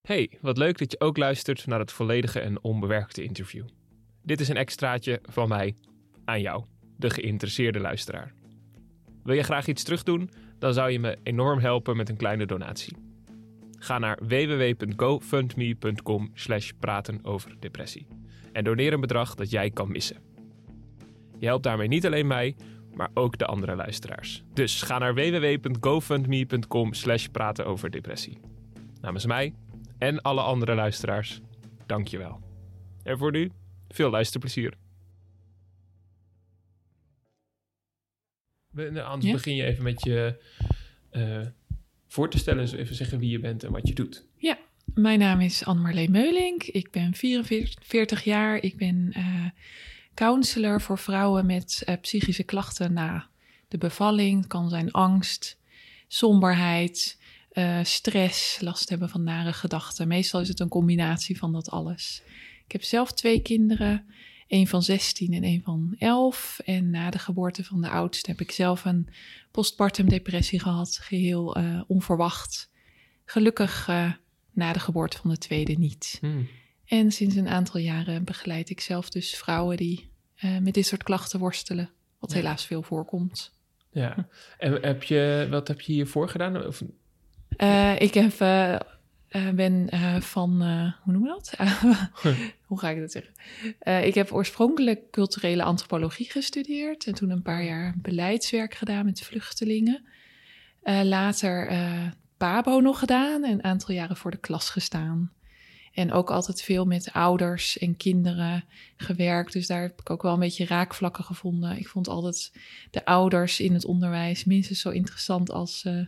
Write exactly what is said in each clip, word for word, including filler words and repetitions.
Hey, wat leuk dat je ook luistert naar het volledige en onbewerkte interview. Dit is een extraatje van mij aan jou, de geïnteresseerde luisteraar. Wil je graag iets terugdoen? Dan zou je me enorm helpen met een kleine donatie. Ga naar www.gofundme.com slash praten over depressie en doneer een bedrag dat jij kan missen. Je helpt daarmee niet alleen mij, maar ook de andere luisteraars. Dus ga naar www.gofundme.com slash praten over depressie. Namens mij en alle andere luisteraars, dank je wel. En voor nu, veel luisterplezier. Anders ja. begin je even met je uh, voor te stellen. Dus even zeggen wie je bent en wat je doet. Ja, mijn naam is Anne-Marleen Meulink. Ik ben vierenveertig jaar. Ik ben uh, counselor voor vrouwen met uh, psychische klachten na de bevalling. Het kan zijn angst, somberheid, uh, stress, last hebben van nare gedachten. Meestal is het een combinatie van dat alles. Ik heb zelf twee kinderen. Een van zestien en een van elf. En na de geboorte van de oudste heb ik zelf een postpartum depressie gehad. Geheel uh, onverwacht. Gelukkig uh, na de geboorte van de tweede niet. Hmm. En sinds een aantal jaren begeleid ik zelf dus vrouwen die uh, met dit soort klachten worstelen. Wat ja. helaas veel voorkomt. Ja, en heb je, wat heb je hiervoor gedaan? Of... Uh, ik heb... Uh, Uh, ben uh, van, uh, hoe noemen we dat? hoe ga ik dat zeggen? Uh, ik heb oorspronkelijk culturele antropologie gestudeerd en toen een paar jaar beleidswerk gedaan met vluchtelingen. Uh, later uh, PABO nog gedaan en een aantal jaren voor de klas gestaan. En ook altijd veel met ouders en kinderen gewerkt. Dus daar heb ik ook wel een beetje raakvlakken gevonden. Ik vond altijd de ouders in het onderwijs minstens zo interessant als uh,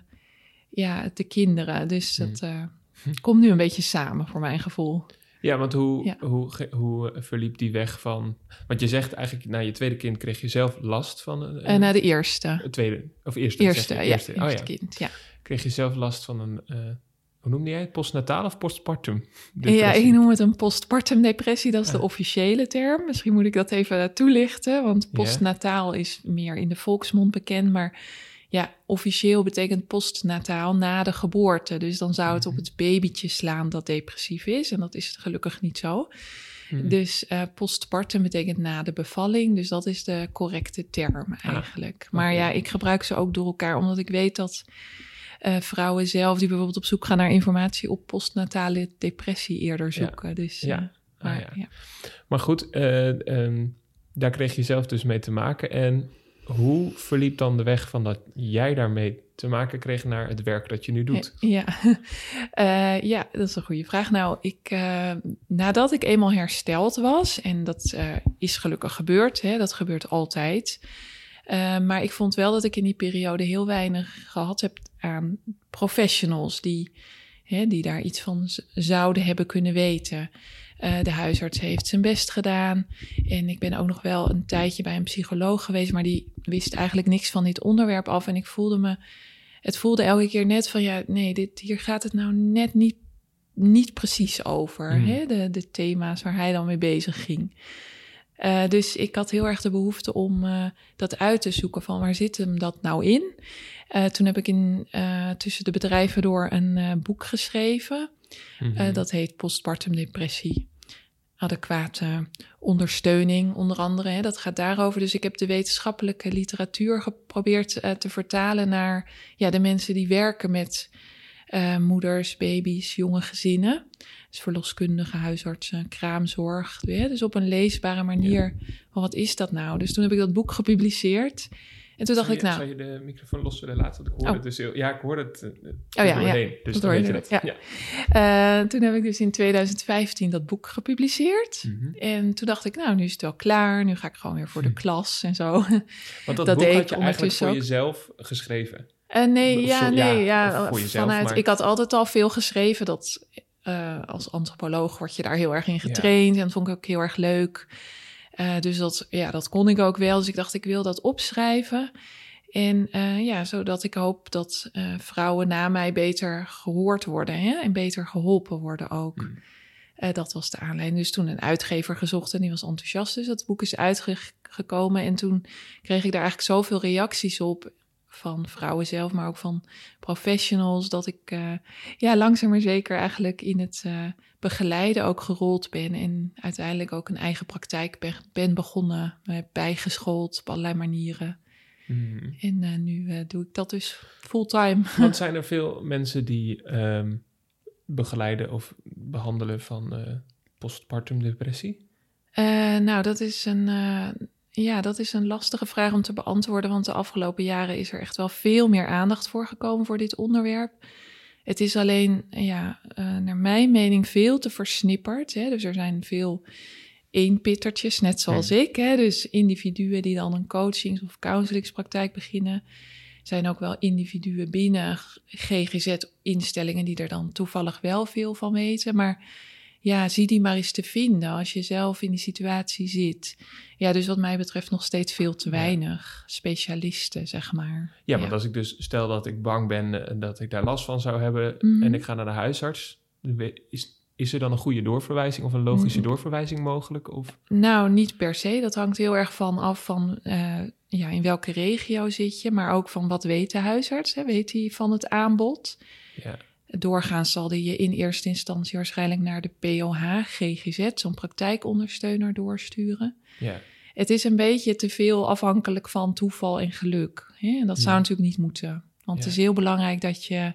ja, de kinderen. Dus dat... Uh, Het komt nu een beetje samen voor mijn gevoel. Ja, want hoe, ja. hoe, hoe verliep die weg van... Want je zegt eigenlijk, na je tweede kind kreeg je zelf last van... Een, uh, na de eerste. Het tweede, of eerste. Eerste, je, ja, eerste. eerste Oh, ja. kind, ja. Kreeg je zelf last van een... Uh, hoe noemde jij het? Postnataal of postpartum depressie? Ja, ik noem het een postpartum depressie. Dat is ah. de officiële term. Misschien moet ik dat even toelichten. Want postnataal yeah. is meer in de volksmond bekend, maar... Ja, officieel betekent postnataal na de geboorte. Dus dan zou het op het babytje slaan dat depressief is. En dat is gelukkig niet zo. Hmm. Dus uh, postpartum betekent na de bevalling. Dus dat is de correcte term eigenlijk. Ah, maar okay. ja, ik gebruik ze ook door elkaar. Omdat ik weet dat uh, vrouwen zelf die bijvoorbeeld op zoek gaan naar informatie... op postnatale depressie eerder zoeken. Ja. Dus, uh, ja. Ah, maar, ja. ja. maar goed, uh, um, daar kreeg je zelf dus mee te maken. En... Hoe verliep dan de weg van dat jij daarmee te maken kreeg naar het werk dat je nu doet? Ja, uh, ja dat is een goede vraag. Nou, ik, uh, nadat ik eenmaal hersteld was, en dat uh, is gelukkig gebeurd, hè, dat gebeurt altijd. Uh, maar ik vond wel dat ik in die periode heel weinig gehad heb aan professionals die, hè, die daar iets van z- zouden hebben kunnen weten. Uh, de huisarts heeft zijn best gedaan. En ik ben ook nog wel een tijdje bij een psycholoog geweest, maar die wist eigenlijk niks van dit onderwerp af. En ik voelde me, het voelde elke keer net van, ja, nee, dit, hier gaat het nou net niet, niet precies over. Mm. Hè? De, de thema's waar hij dan mee bezig ging. Uh, dus ik had heel erg de behoefte om uh, dat uit te zoeken van waar zit hem dat nou in. Uh, toen heb ik in, uh, tussen de bedrijven door een uh, boek geschreven. Mm-hmm. Uh, dat heet Postpartum Depressie. Adequate ondersteuning, onder andere. Hè, dat gaat daarover. Dus ik heb de wetenschappelijke literatuur geprobeerd uh, te vertalen naar ja, de mensen die werken met uh, moeders, baby's, jonge gezinnen. Dus verloskundigen, huisartsen, kraamzorg. Hè, dus op een leesbare manier. Ja. Van wat is dat nou? Dus toen heb ik dat boek gepubliceerd. En toen dacht zou ik, je, nou... Zou je de microfoon los willen laten? Want ik hoorde oh. het dus heel... Ja, ik hoorde het uh, oh, ja, doorheen. Ja, dus dat dan weet je het. dat. Ja. Ja. Uh, toen heb ik dus in twintig vijftien dat boek gepubliceerd. Mm-hmm. En toen dacht ik, nou, nu is het wel klaar. Nu ga ik gewoon weer voor de hm. klas en zo. Want dat, dat boek had je eigenlijk voor ook. jezelf geschreven? Uh, nee, of ja, zo, nee. Ja, ja, voor jezelf, vanuit, maar... Ik had altijd al veel geschreven. Dat, uh, als antropoloog word je daar heel erg in getraind. Ja. En dat vond ik ook heel erg leuk. Uh, dus dat, ja, dat kon ik ook wel. Dus ik dacht, ik wil dat opschrijven. En uh, ja, zodat ik hoop dat uh, vrouwen na mij beter gehoord worden, hè? En beter geholpen worden ook. Mm. Uh, dat was de aanleiding. Dus toen een uitgever gezocht en die was enthousiast. Dus dat boek is uitgekomen en toen kreeg ik daar eigenlijk zoveel reacties op van vrouwen zelf, maar ook van professionals, dat ik uh, ja, langzaam maar zeker eigenlijk in het uh, begeleiden ook gerold ben en uiteindelijk ook een eigen praktijk ben, ben begonnen, uh, bijgeschoold op allerlei manieren. Mm. En uh, nu uh, doe ik dat dus fulltime. Want zijn er veel mensen die um, begeleiden of behandelen van uh, postpartum depressie? Uh, nou, dat is een... Uh, Ja, dat is een lastige vraag om te beantwoorden, want de afgelopen jaren is er echt wel veel meer aandacht voor gekomen voor dit onderwerp. Het is alleen, ja, uh, naar mijn mening veel te versnipperd. Hè? Dus er zijn veel eenpittertjes, net zoals hmm. ik. Hè? Dus individuen die dan een coachings- of counselingpraktijk beginnen. Er zijn ook wel individuen binnen G G Z-instellingen die er dan toevallig wel veel van weten, maar... Ja, zie die maar eens te vinden als je zelf in die situatie zit. Ja, dus wat mij betreft nog steeds veel te weinig specialisten, zeg maar. Ja, want ja. als ik dus stel dat ik bang ben dat ik daar last van zou hebben... Mm-hmm. en ik ga naar de huisarts, is, is er dan een goede doorverwijzing of een logische mm-hmm. doorverwijzing mogelijk? Of? Nou, niet per se. Dat hangt heel erg van af van uh, ja, in welke regio zit je... maar ook van wat weet de huisarts, hè? Weet hij van het aanbod... Ja. Doorgaans zal die je in eerste instantie waarschijnlijk naar de P O H, G G Z, zo'n praktijkondersteuner doorsturen. Ja. Het is een beetje te veel afhankelijk van toeval en geluk. Hè? En dat zou ja. natuurlijk niet moeten. Want ja. het is heel belangrijk dat je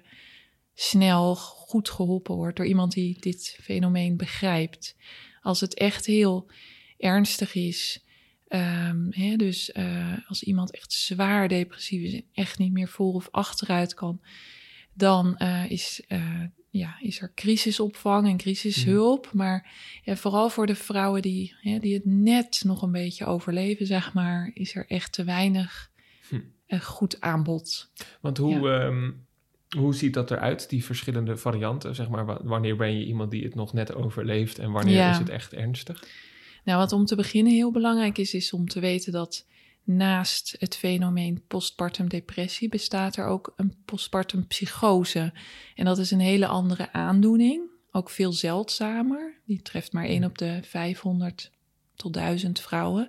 snel goed geholpen wordt door iemand die dit fenomeen begrijpt. Als het echt heel ernstig is, um, hè, dus uh, als iemand echt zwaar depressief is en echt niet meer voor of achteruit kan... dan uh, is, uh, ja, is er crisisopvang en crisishulp. Mm. Maar ja, vooral voor de vrouwen die, ja, die het net nog een beetje overleven, zeg maar... is er echt te weinig hm. uh, goed aanbod. Want hoe, ja. um, hoe ziet dat eruit, die verschillende varianten? Zeg maar, w- wanneer ben je iemand die het nog net overleeft... en wanneer ja. is het echt ernstig? Nou, wat om te beginnen heel belangrijk is... is om te weten dat... naast het fenomeen postpartum depressie bestaat er ook een postpartum psychose. En dat is een hele andere aandoening, ook veel zeldzamer. Die treft maar één op de vijfhonderd tot duizend vrouwen.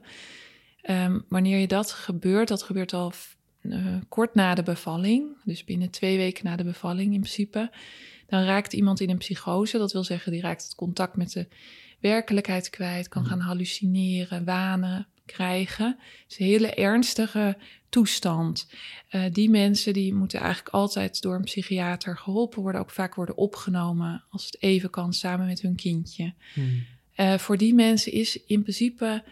Um, wanneer je dat gebeurt, dat gebeurt al uh, kort na de bevalling, dus binnen twee weken na de bevalling in principe, dan raakt iemand in een psychose. Dat wil zeggen, die raakt het contact met de werkelijkheid kwijt, kan gaan hallucineren, wanen krijgen. Het is een hele ernstige toestand. Uh, die mensen die moeten eigenlijk altijd door een psychiater geholpen worden, ook vaak worden opgenomen als het even kan samen met hun kindje. Hmm. Uh, voor die mensen is in principe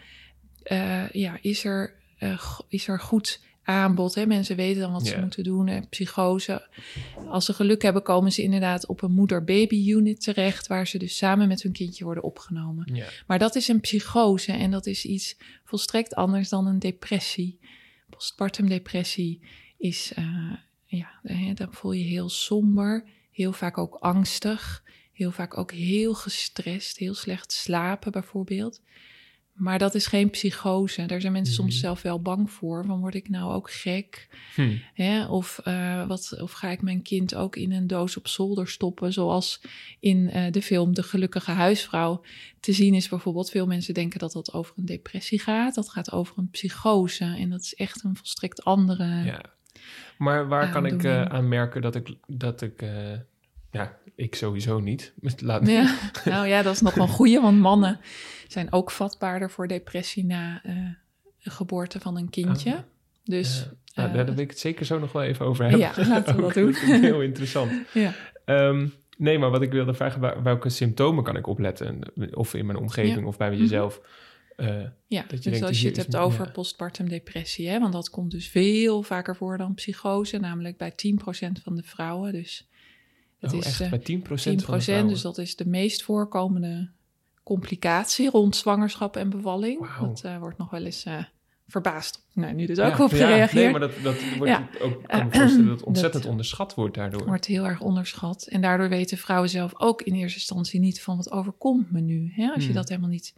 uh, ja, is er, uh, is er goed aanbod. Hè? Mensen weten dan wat yeah. ze moeten doen. Hè? Psychose. Als ze geluk hebben, komen ze inderdaad op een moeder-baby-unit terecht, waar ze dus samen met hun kindje worden opgenomen. Yeah. Maar dat is een psychose en dat is iets volstrekt anders dan een depressie. Postpartum depressie is, uh, ja, dan voel je heel somber, heel vaak ook angstig, heel vaak ook heel gestrest, heel slecht slapen bijvoorbeeld. Maar dat is geen psychose. Daar zijn mensen mm-hmm. soms zelf wel bang voor. Van, word ik nou ook gek? Hmm. Hè? Of, uh, wat, of ga ik mijn kind ook in een doos op zolder stoppen? Zoals in uh, de film De Gelukkige Huisvrouw te zien is bijvoorbeeld. Veel mensen denken dat dat over een depressie gaat. Dat gaat over een psychose. En dat is echt een volstrekt andere... Ja. Maar waar uh, kan ik uh, aan merken dat ik... Dat ik uh... Ja, ik sowieso niet. Laat... Ja, nou ja, dat is nog wel een goeie, want mannen zijn ook vatbaarder voor depressie na uh, de geboorte van een kindje. Oh, dus, ja. nou, uh, daar wil ik het zeker zo nog wel even over hebben. Ja, laten we dat doen. Dat is heel interessant. Ja. Um, nee, maar wat ik wilde vragen, welke symptomen kan ik opletten? Of in mijn omgeving ja. of bij jezelf? Uh, ja, dat je dus denkt, als je het hebt over ja. postpartum depressie, hè, want dat komt dus veel vaker voor dan psychose, namelijk bij tien procent van de vrouwen, dus... Het oh, is echt? Uh, bij tien procent, tien procent van de dus dat is de meest voorkomende complicatie rond zwangerschap en bevalling. Wow. Dat uh, wordt nog wel eens uh, verbaasd. Nou, nu dus ook ja, op gereageerd. Ja, nee, maar dat, dat wordt ja. ook, kan me voorstellen dat het ontzettend dat onderschat wordt daardoor. Wordt heel erg onderschat. En daardoor weten vrouwen zelf ook in eerste instantie niet van wat overkomt me nu. Hè? Als hmm. je dat helemaal niet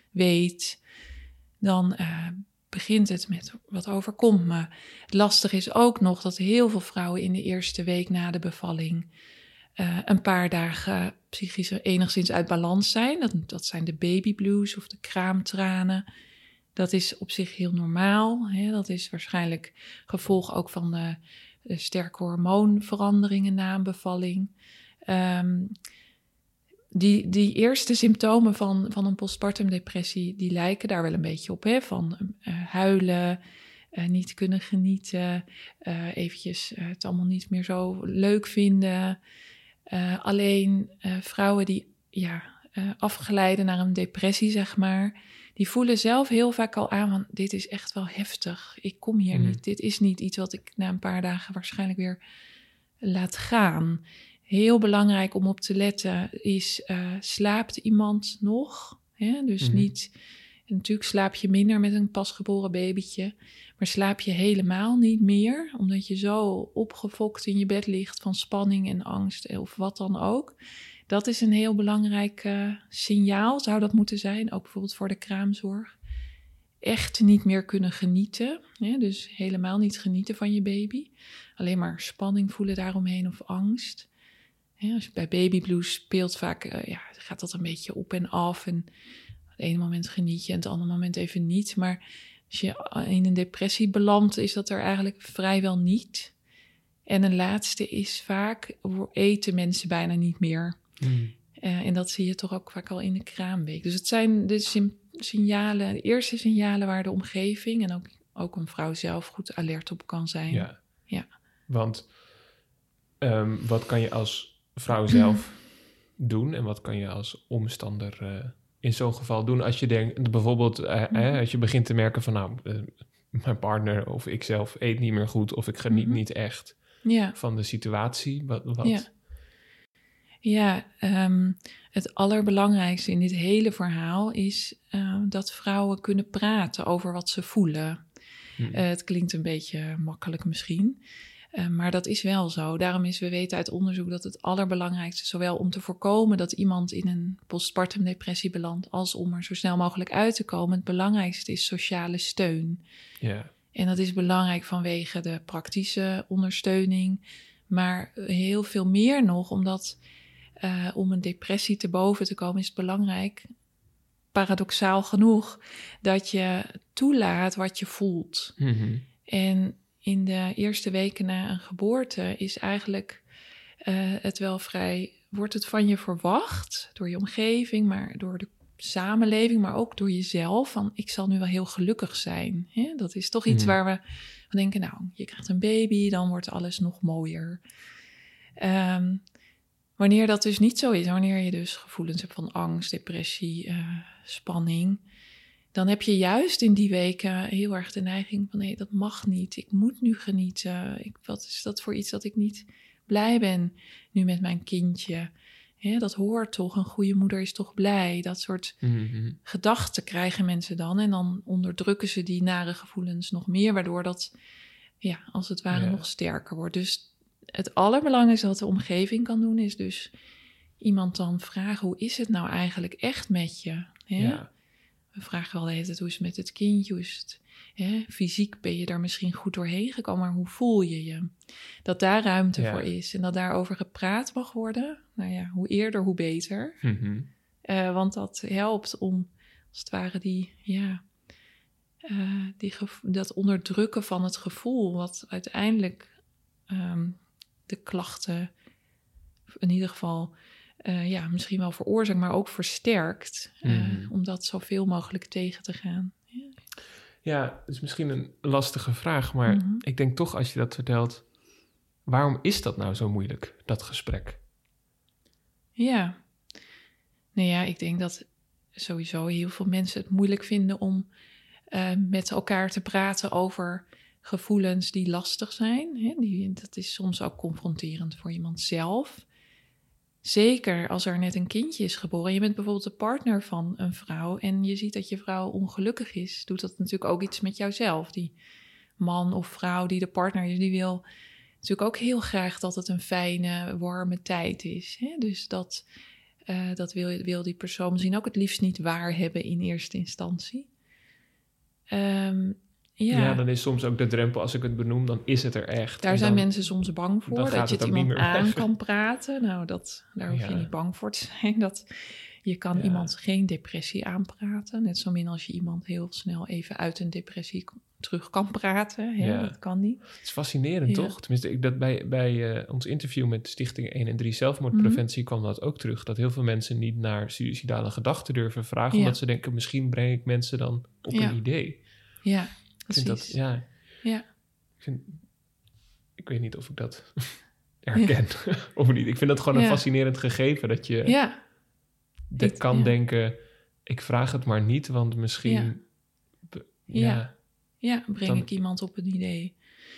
weet, dan... Uh, begint het met wat overkomt me. Het lastige is ook nog dat heel veel vrouwen in de eerste week na de bevalling uh, een paar dagen psychisch enigszins uit balans zijn. Dat, dat zijn de baby blues of de kraamtranen. Dat is op zich heel normaal. Hè? Dat is waarschijnlijk gevolg ook van de, de sterke hormoonveranderingen na een bevalling. Um, die, die eerste symptomen van, van een postpartum depressie, die lijken daar wel een beetje op. Hè? Van uh, huilen, uh, niet kunnen genieten, uh, eventjes uh, het allemaal niet meer zo leuk vinden. Uh, alleen uh, vrouwen die ja, uh, afgeleiden naar een depressie, zeg maar, die voelen zelf heel vaak al aan van, dit is echt wel heftig. Ik kom hier mm. niet. Dit is niet iets wat ik na een paar dagen waarschijnlijk weer laat gaan. Heel belangrijk om op te letten is, uh, slaapt iemand nog? Hè? Dus mm-hmm. niet, natuurlijk slaap je minder met een pasgeboren babytje, maar slaap je helemaal niet meer, omdat je zo opgefokt in je bed ligt van spanning en angst of wat dan ook. Dat is een heel belangrijk uh, signaal, zou dat moeten zijn, ook bijvoorbeeld voor de kraamzorg. Echt niet meer kunnen genieten, hè? Dus helemaal niet genieten van je baby. Alleen maar spanning voelen daaromheen of angst. Ja, als je bij baby blues speelt vaak, uh, ja, gaat dat een beetje op en af. En op het ene moment geniet je en het andere moment even niet. Maar als je in een depressie belandt, is dat er eigenlijk vrijwel niet. En een laatste is vaak, eten mensen bijna niet meer. Mm. Uh, en dat zie je toch ook vaak al in de kraamweek. Dus het zijn de sim- signalen, de eerste signalen waar de omgeving en ook, ook een vrouw zelf goed alert op kan zijn. Ja, ja. Want um, wat kan je als vrouw zelf doen en wat kan je als omstander uh, in zo'n geval doen als je denkt, bijvoorbeeld uh, mm-hmm. eh, als je begint te merken van nou, uh, mijn partner of ik zelf eet niet meer goed of ik geniet mm-hmm. niet echt ja. van de situatie. Wat? wat? Ja, ja um, het allerbelangrijkste in dit hele verhaal is uh, dat vrouwen kunnen praten over wat ze voelen. Mm. Uh, het klinkt een beetje makkelijk misschien. Uh, maar dat is wel zo. Daarom is, we weten uit onderzoek dat het allerbelangrijkste, zowel om te voorkomen dat iemand in een postpartum depressie belandt, als om er zo snel mogelijk uit te komen, het belangrijkste is sociale steun. Yeah. En dat is belangrijk vanwege de praktische ondersteuning, maar heel veel meer nog, omdat uh, om een depressie te boven te komen is het belangrijk, paradoxaal genoeg, dat je toelaat wat je voelt. Mm-hmm. En in de eerste weken na een geboorte is eigenlijk uh, het wel vrij, wordt het van je verwacht door je omgeving, maar door de samenleving, maar ook door jezelf, van ik zal nu wel heel gelukkig zijn. Hè? Dat is toch iets mm. waar we van denken, nou, je krijgt een baby, dan wordt alles nog mooier. Um, wanneer dat dus niet zo is, wanneer je dus gevoelens hebt van angst, depressie, uh, spanning, dan heb je juist in die weken heel erg de neiging van, nee, dat mag niet. Ik moet nu genieten. Ik, wat is dat voor iets dat ik niet blij ben nu met mijn kindje? Hè, dat hoort toch. Een goede moeder is toch blij. Dat soort mm-hmm. gedachten krijgen mensen dan. En dan onderdrukken ze die nare gevoelens nog meer, waardoor dat, ja, als het ware, ja. nog sterker wordt. Dus het allerbelangrijkste wat de omgeving kan doen, is dus iemand dan vragen, hoe is het nou eigenlijk echt met je? Hè? Ja. We vragen wel de hele tijd, hoe is het met het kindje? Hoe is het, hè? Fysiek ben je daar misschien goed doorheen gekomen, maar hoe voel je je? Dat daar ruimte ja. voor is en dat daarover gepraat mag worden. Nou ja, hoe eerder, hoe beter. Mm-hmm. Uh, want dat helpt om, als het ware, die, ja, uh, die gevo- dat onderdrukken van het gevoel, wat uiteindelijk um, de klachten in ieder geval Uh, ja, misschien wel veroorzaakt, maar ook versterkt. Uh, mm. Om dat zoveel mogelijk tegen te gaan. Ja, ja, het is misschien een lastige vraag, maar mm-hmm. ik denk toch als je dat vertelt, waarom is dat nou zo moeilijk, dat gesprek? Ja, nou ja, ik denk dat sowieso heel veel mensen het moeilijk vinden om uh, met elkaar te praten over gevoelens die lastig zijn. Hè? Die, dat is soms ook confronterend voor iemand zelf. Zeker als er net een kindje is geboren. Je bent bijvoorbeeld de partner van een vrouw en je ziet dat je vrouw ongelukkig is. Doet dat natuurlijk ook iets met jouzelf. Die man of vrouw die de partner is, die wil natuurlijk ook heel graag dat het een fijne, warme tijd is. Hè? Dus dat, uh, dat wil, wil die persoon misschien ook het liefst niet waar hebben in eerste instantie. Um, Ja. ja, dan is soms ook de drempel, als ik het benoem, dan is het er echt. Daar en zijn dan, mensen soms bang voor, dat je het, het iemand aan weg. kan praten. Nou, dat, daar hoef ja. je niet bang voor te zijn. Dat, je kan ja. iemand geen depressie aanpraten. Net zo min als je iemand heel snel even uit een depressie terug kan praten. Hè? Ja. Dat kan niet. Het is fascinerend, ja. toch? Tenminste, ik, dat bij, bij uh, ons interview met Stichting één en drie Zelfmoordpreventie mm-hmm. kwam dat ook terug. Dat heel veel mensen niet naar suïcidale gedachten durven vragen. Ja. Omdat ze denken, misschien breng ik mensen dan op ja. een idee. Ja, precies. Ik vind dat, ja... Ja. Ik, vind, ik weet niet of ik dat herken ja. of niet. Ik vind dat gewoon ja. een fascinerend gegeven. Dat je ja. de, ik, kan ja. denken, ik vraag het maar niet, want misschien... Ja, be, ja. ja. ja breng dan, ik iemand op een idee.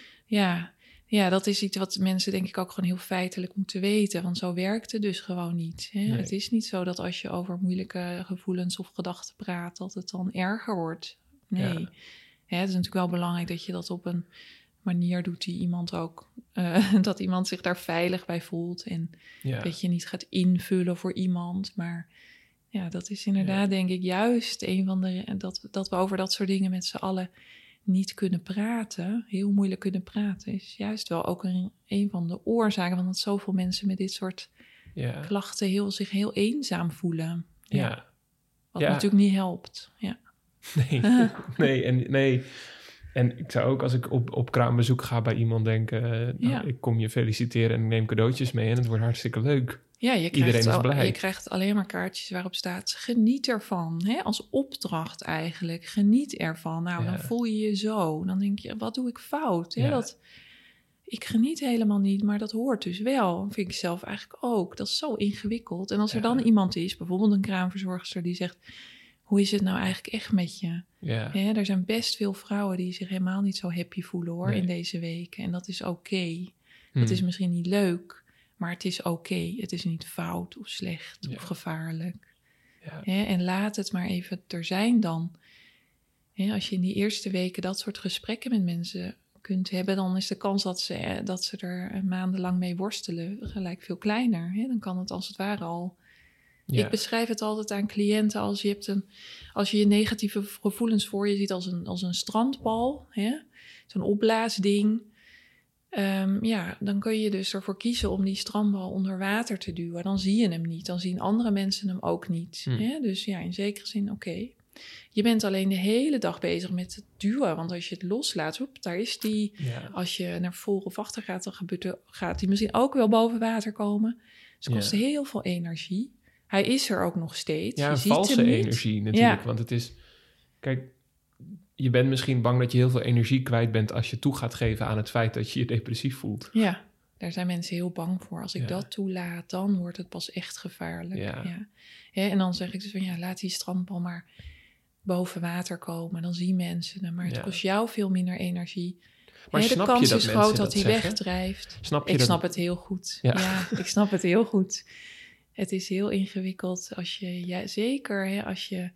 Ja. ja, dat is iets wat mensen denk ik ook gewoon heel feitelijk moeten weten. Want zo werkt het dus gewoon niet. Hè? Nee. Het is niet zo dat als je over moeilijke gevoelens of gedachten praat, dat het dan erger wordt. Nee. Ja. Ja, het is natuurlijk wel belangrijk dat je dat op een manier doet die iemand ook... Uh, dat iemand zich daar veilig bij voelt. En ja. dat je niet gaat invullen voor iemand. Maar ja, dat is inderdaad ja. denk ik juist een van de... Dat, dat we over dat soort dingen met z'n allen niet kunnen praten. Heel moeilijk kunnen praten. Is juist wel ook een, een van de oorzaken. Want dat zoveel mensen met dit soort ja. klachten heel, zich heel eenzaam voelen. Ja. ja. Wat ja. natuurlijk niet helpt. Ja. Nee, nee, en, nee. En ik zou ook als ik op, op kraambezoek ga bij iemand denken... Uh, nou, ja. ik kom je feliciteren en ik neem cadeautjes mee en het wordt hartstikke leuk. Ja, je Iedereen krijgt, is al, blij. Je krijgt alleen maar kaartjes waarop staat... geniet ervan, hè? Als opdracht eigenlijk. Geniet ervan. Nou, ja. dan voel je je zo. Dan denk je, wat doe ik fout? Hè? Ja. Dat, ik geniet helemaal niet, maar dat hoort dus wel. Dat vind ik zelf eigenlijk ook. Dat is zo ingewikkeld. En als er ja. dan iemand is, bijvoorbeeld een kraamverzorgster die zegt... hoe is het nou eigenlijk echt met je? Ja. Ja, er zijn best veel vrouwen die zich helemaal niet zo happy voelen hoor, nee. in deze weken. En dat is oké. Okay. Hmm. Dat is misschien niet leuk, maar het is oké. Okay. Het is niet fout of slecht ja. of gevaarlijk. Ja. Ja, en laat het maar even er zijn dan. Ja, als je in die eerste weken dat soort gesprekken met mensen kunt hebben... dan is de kans dat ze, dat ze er maandenlang mee worstelen gelijk veel kleiner. Ja, dan kan het als het ware al... Ja. Ik beschrijf het altijd aan cliënten als je hebt een, als je je negatieve gevoelens voor je ziet als een, als een strandbal, hè? Zo'n opblaasding. Um, ja, dan kun je dus ervoor kiezen om die strandbal onder water te duwen. Dan zie je hem niet, dan zien andere mensen hem ook niet. Hmm. Hè? Dus ja, in zekere zin oké. Okay. Je bent alleen de hele dag bezig met het duwen, want als je het loslaat, hoep, daar is die. Ja. Als je naar voor of achter gaat, dan gebeurt er, gaat die misschien ook wel boven water komen. Dus het kost ja. heel veel energie. Hij is er ook nog steeds. Ja, je een ziet valse hem energie natuurlijk. Ja. Want het is... Kijk, je bent misschien bang dat je heel veel energie kwijt bent... als je toe gaat geven aan het feit dat je je depressief voelt. Ja, daar zijn mensen heel bang voor. Als ik ja. dat toelaat, dan wordt het pas echt gevaarlijk. Ja. Ja. Ja, en dan zeg ik dus van, ja, laat die strandbal maar boven water komen. Dan zien mensen hem. Maar het ja. kost jou veel minder energie. Maar ja, de snap kans je dat is groot dat, dat hij zeggen? wegdrijft. Snap je ik dat... snap het heel goed. Ja. ja, ik snap het heel goed. Het is heel ingewikkeld als je, ja, zeker hè, als je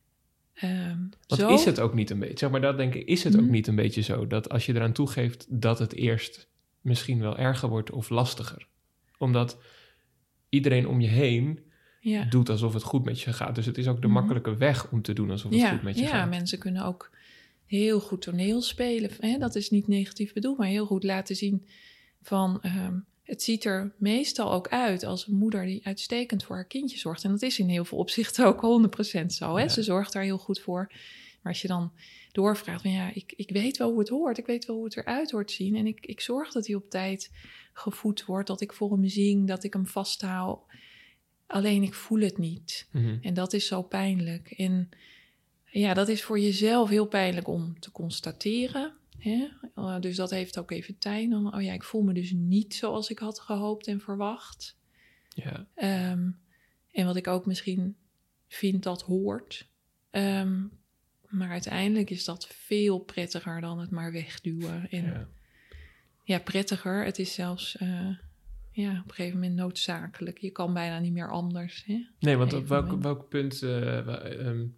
um, Want zo... is het ook niet een beetje, zeg maar dat denk ik, is het mm. ook niet een beetje zo dat als je eraan toegeeft dat het eerst misschien wel erger wordt of lastiger? Omdat iedereen om je heen ja. doet alsof het goed met je gaat. Dus het is ook de mm. makkelijke weg om te doen alsof het ja, goed met je ja, gaat. Ja, mensen kunnen ook heel goed toneel spelen. Hè? Dat is niet negatief bedoeld, maar heel goed laten zien van... Um, het ziet er meestal ook uit als een moeder die uitstekend voor haar kindje zorgt. En dat is in heel veel opzichten ook honderd procent zo. Hè? Ja. Ze zorgt daar heel goed voor. Maar als je dan doorvraagt van ja, ik, ik weet wel hoe het hoort. Ik weet wel hoe het eruit hoort zien. En ik, ik zorg dat hij op tijd gevoed wordt. Dat ik voor hem zing, dat ik hem vasthoud. Alleen ik voel het niet. Mm-hmm. En dat is zo pijnlijk. En ja, dat is voor jezelf heel pijnlijk om te constateren. Hè? Uh, dus dat heeft ook even tijd. Dan, oh ja, ik voel me dus niet zoals ik had gehoopt en verwacht. Ja. Um, en wat ik ook misschien vind dat hoort. Um, maar uiteindelijk is dat veel prettiger dan het maar wegduwen. En ja, ja prettiger. Het is zelfs uh, ja, op een gegeven moment noodzakelijk. Je kan bijna niet meer anders. Hè? Nee, want op welk, welk punt... Uh, um,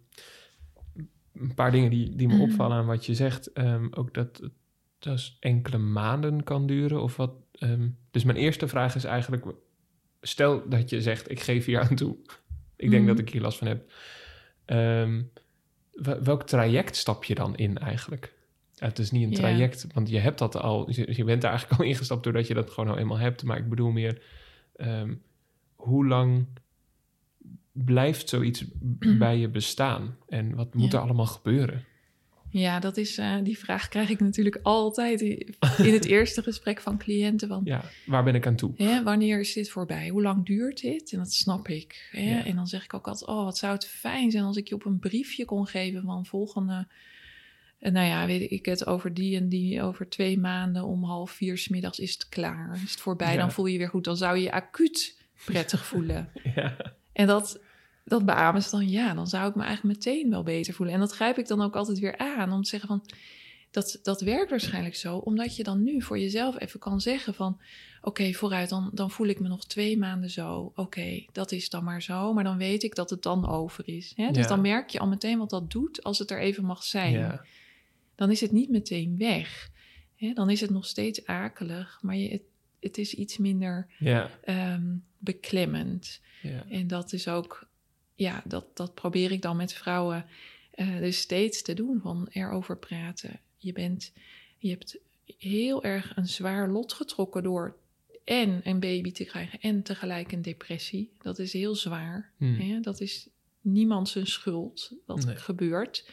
een paar dingen die, die me mm. opvallen aan wat je zegt. Um, ook dat het dus enkele maanden kan duren. Of wat, um, dus mijn eerste vraag is eigenlijk... Stel dat je zegt, ik geef hier aan toe. Ik denk mm. dat ik hier last van heb. Um, welk traject stap je dan in eigenlijk? Ja, het is niet een traject, ja. want je hebt dat al. Je, je bent er eigenlijk al ingestapt doordat je dat gewoon al eenmaal hebt. Maar ik bedoel meer, um, hoe lang blijft zoiets bij je bestaan? En wat moet ja. er allemaal gebeuren? Ja, dat is, uh, die vraag krijg ik natuurlijk altijd in het eerste gesprek van cliënten. Van, ja, waar ben ik aan toe? Hè, wanneer is dit voorbij? Hoe lang duurt dit? En dat snap ik. Hè? Ja. En dan zeg ik ook altijd, oh, wat zou het fijn zijn als ik je op een briefje kon geven van volgende... Nou ja, weet ik het, over die en die, over twee maanden om half vier 's middags is het klaar. Is het voorbij, ja. dan voel je je weer goed. Dan zou je je acuut prettig voelen. Ja. En dat, dat beamen ze dan, ja, dan zou ik me eigenlijk meteen wel beter voelen. En dat grijp ik dan ook altijd weer aan om te zeggen van, dat, dat werkt waarschijnlijk zo. Omdat je dan nu voor jezelf even kan zeggen van, oké, okay, vooruit, dan, dan voel ik me nog twee maanden zo. Oké, okay, dat is dan maar zo. Maar dan weet ik dat het dan over is. Hè? Dus ja. dan merk je al meteen wat dat doet als het er even mag zijn. Ja. Dan is het niet meteen weg. Hè? Dan is het nog steeds akelig, maar je, het, het is iets minder ja. um, beklemmend. Ja. En dat is ook, ja, dat, dat probeer ik dan met vrouwen uh, dus steeds te doen, van erover praten. Je bent, je hebt heel erg een zwaar lot getrokken door en een baby te krijgen en tegelijk een depressie. Dat is heel zwaar. Hmm. Hè? Dat is niemand zijn schuld dat nee. gebeurt.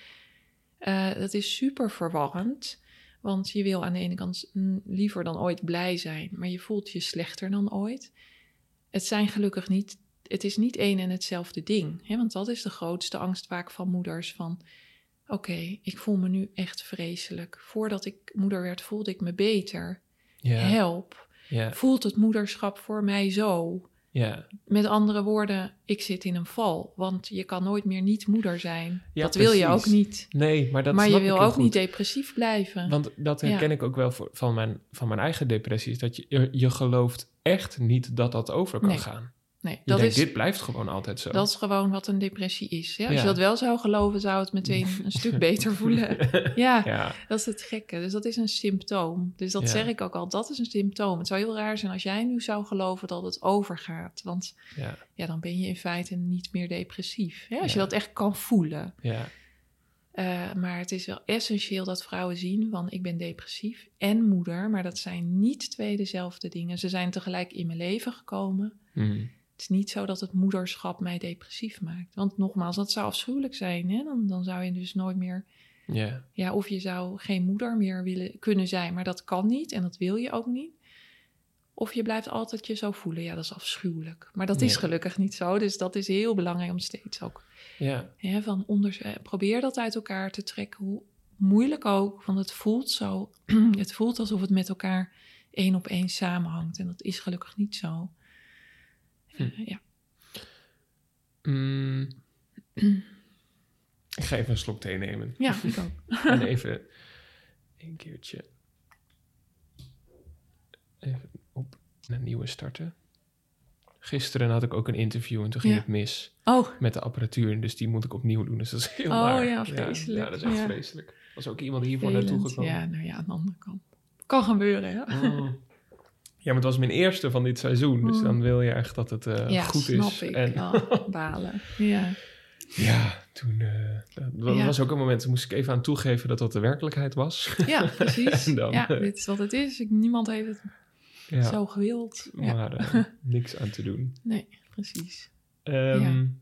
Uh, dat is super verwarrend, want je wil aan de ene kant liever dan ooit blij zijn, maar je voelt je slechter dan ooit. Het zijn gelukkig niet, het is niet één en hetzelfde ding, hè? Want dat is de grootste angst vaak van moeders van, oké, okay, ik voel me nu echt vreselijk. Voordat ik moeder werd, voelde ik me beter. Ja. Help. Ja. Voelt het moederschap voor mij zo? Ja. Met andere woorden, ik zit in een val, want je kan nooit meer niet moeder zijn. Ja, dat precies. wil je ook niet. Nee, maar dat maar snap je wil ik heel ook goed. niet depressief blijven. Want dat herken ja. ik ook wel voor, van, mijn, van mijn eigen depressies. Dat je, je gelooft echt niet dat dat over kan nee. gaan. Nee, je dat denkt, is, dit blijft gewoon altijd zo. Dat is gewoon wat een depressie is. Ja? Als ja. je dat wel zou geloven, zou het meteen een stuk beter voelen. Ja, ja, dat is het gekke. Dus dat is een symptoom. Dus dat ja. zeg ik ook al, dat is een symptoom. Het zou heel raar zijn als jij nu zou geloven dat het overgaat. Want ja, ja, dan ben je in feite niet meer depressief. Hè? Als ja. je dat echt kan voelen. Ja. Uh, maar het is wel essentieel dat vrouwen zien van ik ben depressief en moeder. Maar dat zijn niet twee dezelfde dingen. Ze zijn tegelijk in mijn leven gekomen. Hmm. Het is niet zo dat het moederschap mij depressief maakt. Want nogmaals, dat zou afschuwelijk zijn. Hè? Dan, dan zou je dus nooit meer... Yeah. Ja, of je zou geen moeder meer willen kunnen zijn. Maar dat kan niet en dat wil je ook niet. Of je blijft altijd je zo voelen. Ja, dat is afschuwelijk. Maar dat is yeah. gelukkig niet zo. Dus dat is heel belangrijk om steeds ook... Yeah. Hè, van onder, probeer dat uit elkaar te trekken. Hoe moeilijk ook. Want het voelt zo... het voelt alsof het met elkaar één op één samenhangt. En dat is gelukkig niet zo. Hm. Uh, ja. Mm. Ik ga even een slok thee nemen. Ja, ik ook. En even een keertje even op een nieuwe starten. Gisteren had ik ook een interview en toen ging ja. het mis oh. met de apparatuur. Dus die moet ik opnieuw doen. Dus dat is heel oh, naar. Ja, vreselijk. Ja, ja, dat is echt ja. vreselijk. Er was ook iemand hiervoor naartoe gekomen. Ja, nou ja, aan de andere kant. Kan gebeuren, hè? Mm. Ja, maar het was mijn eerste van dit seizoen. Dus dan wil je echt dat het uh, ja, goed snap is. Ik. En oh, balen. Ja. Ja, toen uh, dat ja. was ook een moment, toen moest ik even aan toegeven dat dat de werkelijkheid was. Ja, precies. dan, ja, uh, dit is wat het is. Niemand heeft het ja. zo gewild. Ja. Maar uh, niks aan te doen. Nee, precies. Um, ja.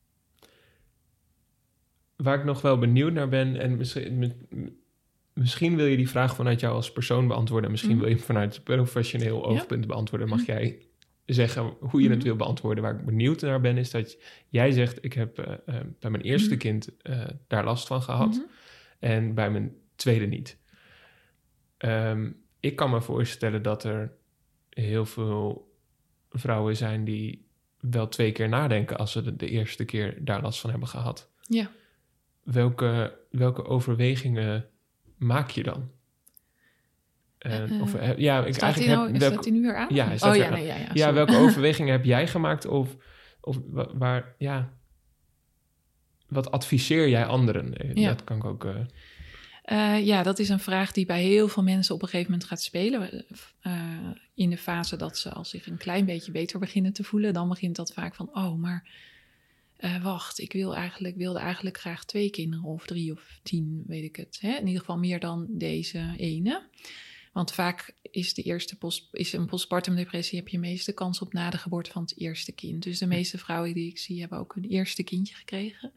Waar ik nog wel benieuwd naar ben, en misschien, misschien wil je die vraag vanuit jou als persoon beantwoorden, en misschien mm. wil je hem vanuit professioneel oogpunt ja. beantwoorden, mag mm. jij zeggen hoe je mm-hmm. het wil beantwoorden. Waar ik benieuwd naar ben, is dat jij zegt, ik heb uh, uh, bij mijn eerste mm-hmm. kind uh, daar last van gehad mm-hmm. en bij mijn tweede niet. Um, ik kan me voorstellen dat er heel veel vrouwen zijn die wel twee keer nadenken als ze de, de eerste keer daar last van hebben gehad. Ja. Welke, welke overwegingen maak je dan? Uh, uh, of, uh, ja, ik staat eigenlijk hij nou, heb, welk, staat hij nu weer aan? Ja, oh ja, nee, ja, ja, ja, welke overwegingen heb jij gemaakt? Of, of waar, ja, wat adviseer jij anderen? Ja. Dat kan ik ook... Uh... Uh, ja, dat is een vraag die bij heel veel mensen op een gegeven moment gaat spelen. Uh, in de fase dat ze al zich een klein beetje beter beginnen te voelen. Dan begint dat vaak van, oh, maar Uh, wacht, ik wil eigenlijk, wilde eigenlijk graag twee kinderen of drie of tien, weet ik het. Hè? In ieder geval meer dan deze ene. Want vaak is, de eerste post, is een postpartum depressie, heb je de meeste kans op na de geboorte van het eerste kind. Dus de meeste vrouwen die ik zie hebben ook hun eerste kindje gekregen.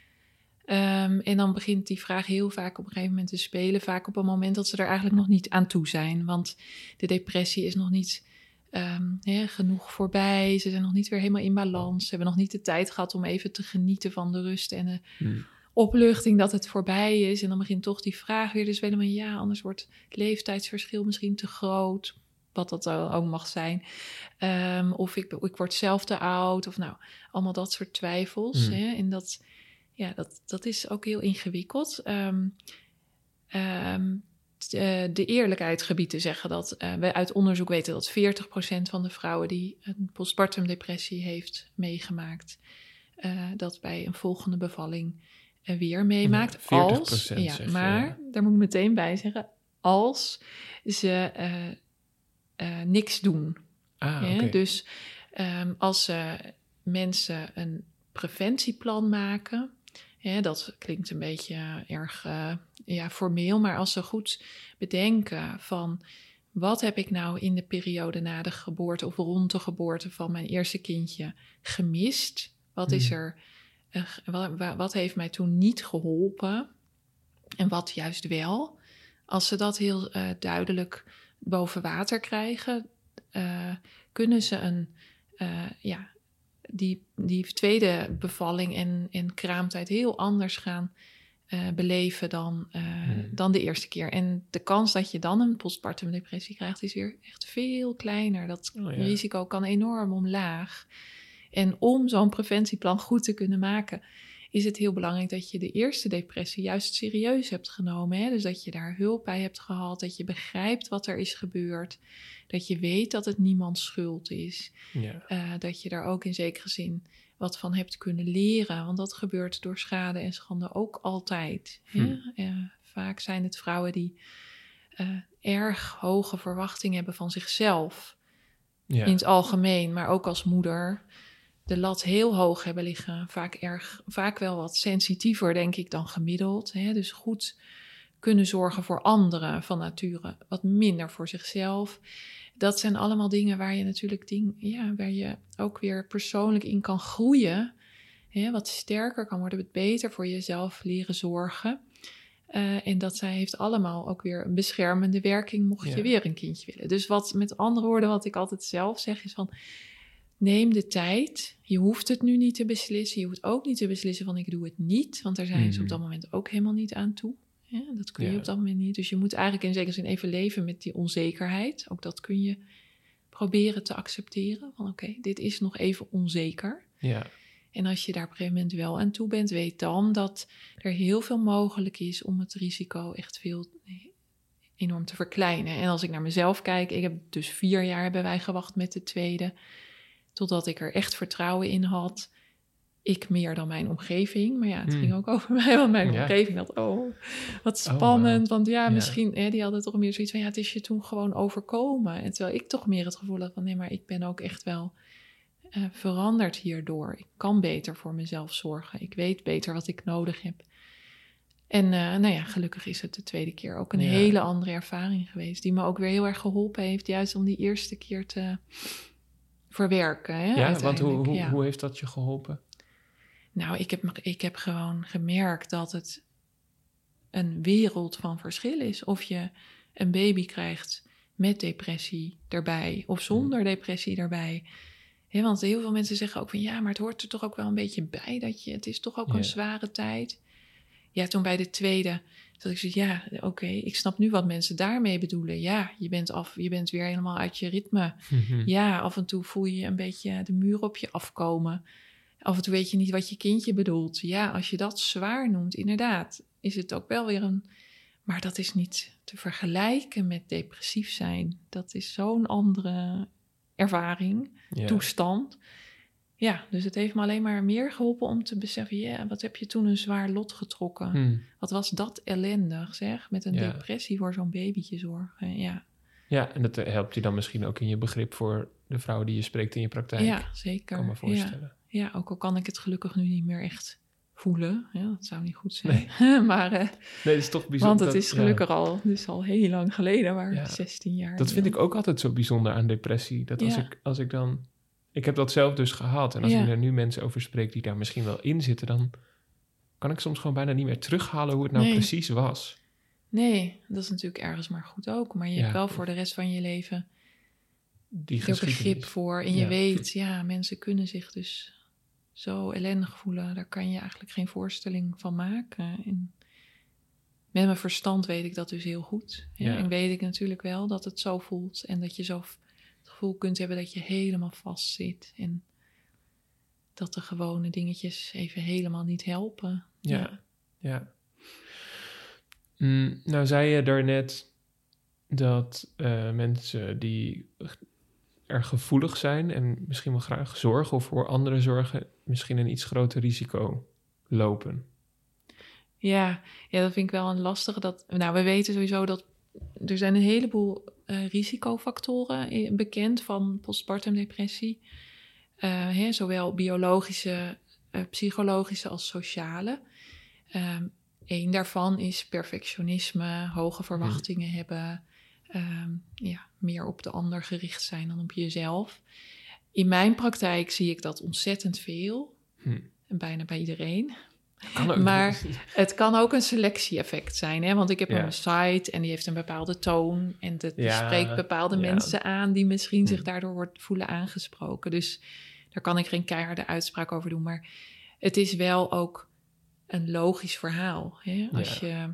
Um, en dan begint die vraag heel vaak op een gegeven moment te spelen. Vaak op een moment dat ze er eigenlijk nog niet aan toe zijn. Want de depressie is nog niet um, hè, genoeg voorbij. Ze zijn nog niet weer helemaal in balans. Ze hebben nog niet de tijd gehad om even te genieten van de rust en de hmm. opluchting dat het voorbij is. En dan begint toch die vraag weer. Dus helemaal ja, anders wordt het leeftijdsverschil misschien te groot. Wat dat ook mag zijn. Um, of ik, ik word zelf te oud. Of nou, allemaal dat soort twijfels. Hmm. Hè, en dat... Ja, dat, dat is ook heel ingewikkeld. Um, um, de, de eerlijkheid gebied te zeggen dat uh, wij uit onderzoek weten dat veertig procent van de vrouwen die een postpartum depressie heeft meegemaakt, uh, dat bij een volgende bevalling uh, weer meemaakt. Ja, veertig als, ja, zeg, maar ja. daar moet ik meteen bij zeggen, als ze uh, uh, niks doen. Ah, ja, okay. Dus um, als uh, mensen een preventieplan maken. Ja, dat klinkt een beetje erg uh, ja, formeel, maar als ze goed bedenken van wat heb ik nou in de periode na de geboorte of rond de geboorte van mijn eerste kindje gemist? Wat hmm. is er? Uh, wat, wat heeft mij toen niet geholpen? En wat juist wel? Als ze dat heel uh, duidelijk boven water krijgen, uh, kunnen ze een uh, ja. Die, die tweede bevalling en, en kraamtijd heel anders gaan uh, beleven dan, uh, hmm. dan de eerste keer. En de kans dat je dan een postpartum depressie krijgt is weer echt veel kleiner. Dat oh, ja. risico kan enorm omlaag. En om zo'n preventieplan goed te kunnen maken, is het heel belangrijk dat je de eerste depressie juist serieus hebt genomen. Hè? Dus dat je daar hulp bij hebt gehad, dat je begrijpt wat er is gebeurd, dat je weet dat het niemands schuld is. Ja. Uh, dat je daar ook in zekere zin wat van hebt kunnen leren, want dat gebeurt door schade en schande ook altijd. Hm. Hè? Uh, vaak zijn het vrouwen die uh, erg hoge verwachtingen hebben van zichzelf, ja. in het algemeen, maar ook als moeder de lat heel hoog hebben liggen. Vaak, erg, vaak wel wat sensitiever, denk ik, dan gemiddeld. Hè? Dus goed kunnen zorgen voor anderen van nature. Wat minder voor zichzelf. Dat zijn allemaal dingen waar je natuurlijk ding, ja, waar je ook weer persoonlijk in kan groeien. Hè? Wat sterker kan worden, wat beter voor jezelf leren zorgen. Uh, en dat zij heeft allemaal ook weer een beschermende werking, mocht ja. je weer een kindje willen. Dus wat, met andere woorden, wat ik altijd zelf zeg, is van neem de tijd. Je hoeft het nu niet te beslissen. Je hoeft ook niet te beslissen van ik doe het niet. Want daar zijn mm-hmm. ze op dat moment ook helemaal niet aan toe. Ja, dat kun je ja. op dat moment niet. Dus je moet eigenlijk in zekere zin even leven met die onzekerheid. Ook dat kun je proberen te accepteren. Van oké, okay, dit is nog even onzeker. Ja. En als je daar op een gegeven moment wel aan toe bent, weet dan dat er heel veel mogelijk is om het risico echt veel enorm te verkleinen. En als ik naar mezelf kijk, ik heb dus vier jaar hebben wij gewacht met de tweede, totdat ik er echt vertrouwen in had. Ik meer dan mijn omgeving. Maar ja, het hmm. ging ook over mij. Want mijn ja. omgeving had, oh, wat spannend. Oh, wow. Want ja, ja. misschien, hè, die hadden toch meer zoiets van, ja, het is je toen gewoon overkomen. En terwijl ik toch meer het gevoel had van, nee, maar ik ben ook echt wel uh, veranderd hierdoor. Ik kan beter voor mezelf zorgen. Ik weet beter wat ik nodig heb. En uh, nou ja, gelukkig is het de tweede keer ook een ja. hele andere ervaring geweest. Die me ook weer heel erg geholpen heeft, juist om die eerste keer te verwerken. Hè, ja, want hoe, hoe, ja. hoe heeft dat je geholpen? Nou, ik heb, ik heb gewoon gemerkt dat het een wereld van verschil is. Of je een baby krijgt met depressie erbij of zonder hmm. depressie erbij. Ja, want heel veel mensen zeggen ook van ja, maar het hoort er toch ook wel een beetje bij. Dat je, het is toch ook yeah. een zware tijd. Ja, toen bij de tweede, dat ik zei, ja, oké, okay, ik snap nu wat mensen daarmee bedoelen. Ja, je bent af, je bent weer helemaal uit je ritme. Mm-hmm. Ja, af en toe voel je een beetje de muur op je afkomen. Af en toe weet je niet wat je kindje bedoelt. Ja, als je dat zwaar noemt, inderdaad, is het ook wel weer een... Maar dat is niet te vergelijken met depressief zijn. Dat is zo'n andere ervaring, yeah. toestand. Ja, dus het heeft me alleen maar meer geholpen om te beseffen, ja, yeah, wat heb je toen een zwaar lot getrokken? Hmm. Wat was dat ellendig, zeg, met een ja. depressie voor zo'n babytje zorgen, ja. Ja, en dat helpt je dan misschien ook in je begrip voor de vrouwen die je spreekt in je praktijk. Ja, zeker. Kan me voorstellen. ja, ook al kan ik het gelukkig nu niet meer echt voelen. Ja, dat zou niet goed zijn. Nee. maar, uh, nee, dat is toch bijzonder. Want het dat, is gelukkig ja. al, dus al heel lang geleden, maar ja. zestien jaar. Dat vind ik ook altijd zo bijzonder aan depressie. Dat als, ja. ik, als ik dan... Ik heb dat zelf dus gehad. En als ja. ik er nu mensen over spreek die daar misschien wel in zitten... dan kan ik soms gewoon bijna niet meer terughalen hoe het nou nee. precies was. Nee, dat is natuurlijk ergens maar goed ook. Maar je ja. hebt wel voor de rest van je leven... die er begrip voor. En je ja. weet, ja, mensen kunnen zich dus zo ellendig voelen. Daar kan je eigenlijk geen voorstelling van maken. En met mijn verstand weet ik dat dus heel goed. Ja. En weet ik natuurlijk wel dat het zo voelt. En dat je zo het gevoel kunt hebben dat je helemaal vast zit. En dat de gewone dingetjes even helemaal niet helpen. Ja, ja. ja. Mm, nou zei je daarnet dat uh, mensen die erg gevoelig zijn en misschien wel graag zorgen of voor anderen zorgen, misschien een iets groter risico lopen. Ja, ja, dat vind ik wel een lastige. Dat, nou, we weten sowieso dat er zijn een heleboel uh, risicofactoren bekend van postpartum depressie. Uh, hè, zowel biologische, uh, psychologische als sociale. Um, Eén daarvan is perfectionisme, hoge verwachtingen hmm. hebben, um, ja, meer op de ander gericht zijn dan op jezelf. In mijn praktijk zie ik dat ontzettend veel, hmm. en bijna bij iedereen. Kan ook. Maar het kan ook een selectie-effect zijn, hè? Want ik heb ja. een site en die heeft een bepaalde toon en dat ja, spreekt bepaalde ja. mensen aan die misschien hmm. zich daardoor wordt voelen aangesproken. Dus daar kan ik geen keiharde uitspraak over doen, maar het is wel ook een logisch verhaal. Hè? Als, ja. je,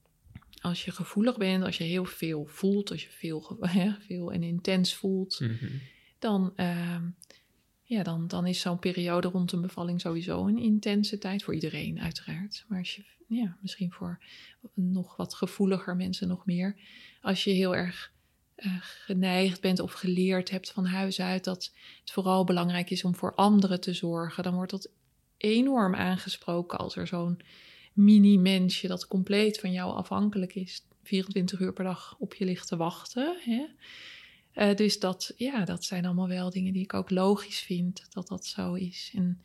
als je gevoelig bent, als je heel veel voelt, als je veel, hè, veel en intens voelt, mm-hmm. dan, uh, ja, dan, dan is zo'n periode rond een bevalling sowieso een intense tijd voor iedereen, uiteraard. Maar als je, ja, misschien voor nog wat gevoeliger mensen nog meer, als je heel erg uh, geneigd bent of geleerd hebt van huis uit dat het vooral belangrijk is om voor anderen te zorgen, dan wordt dat enorm aangesproken als er zo'n mini-mensje dat compleet van jou afhankelijk is, vierentwintig uur per dag op je ligt te wachten. Hè? Uh, dus dat, ja, dat zijn allemaal wel dingen die ik ook logisch vind, dat dat zo is. En,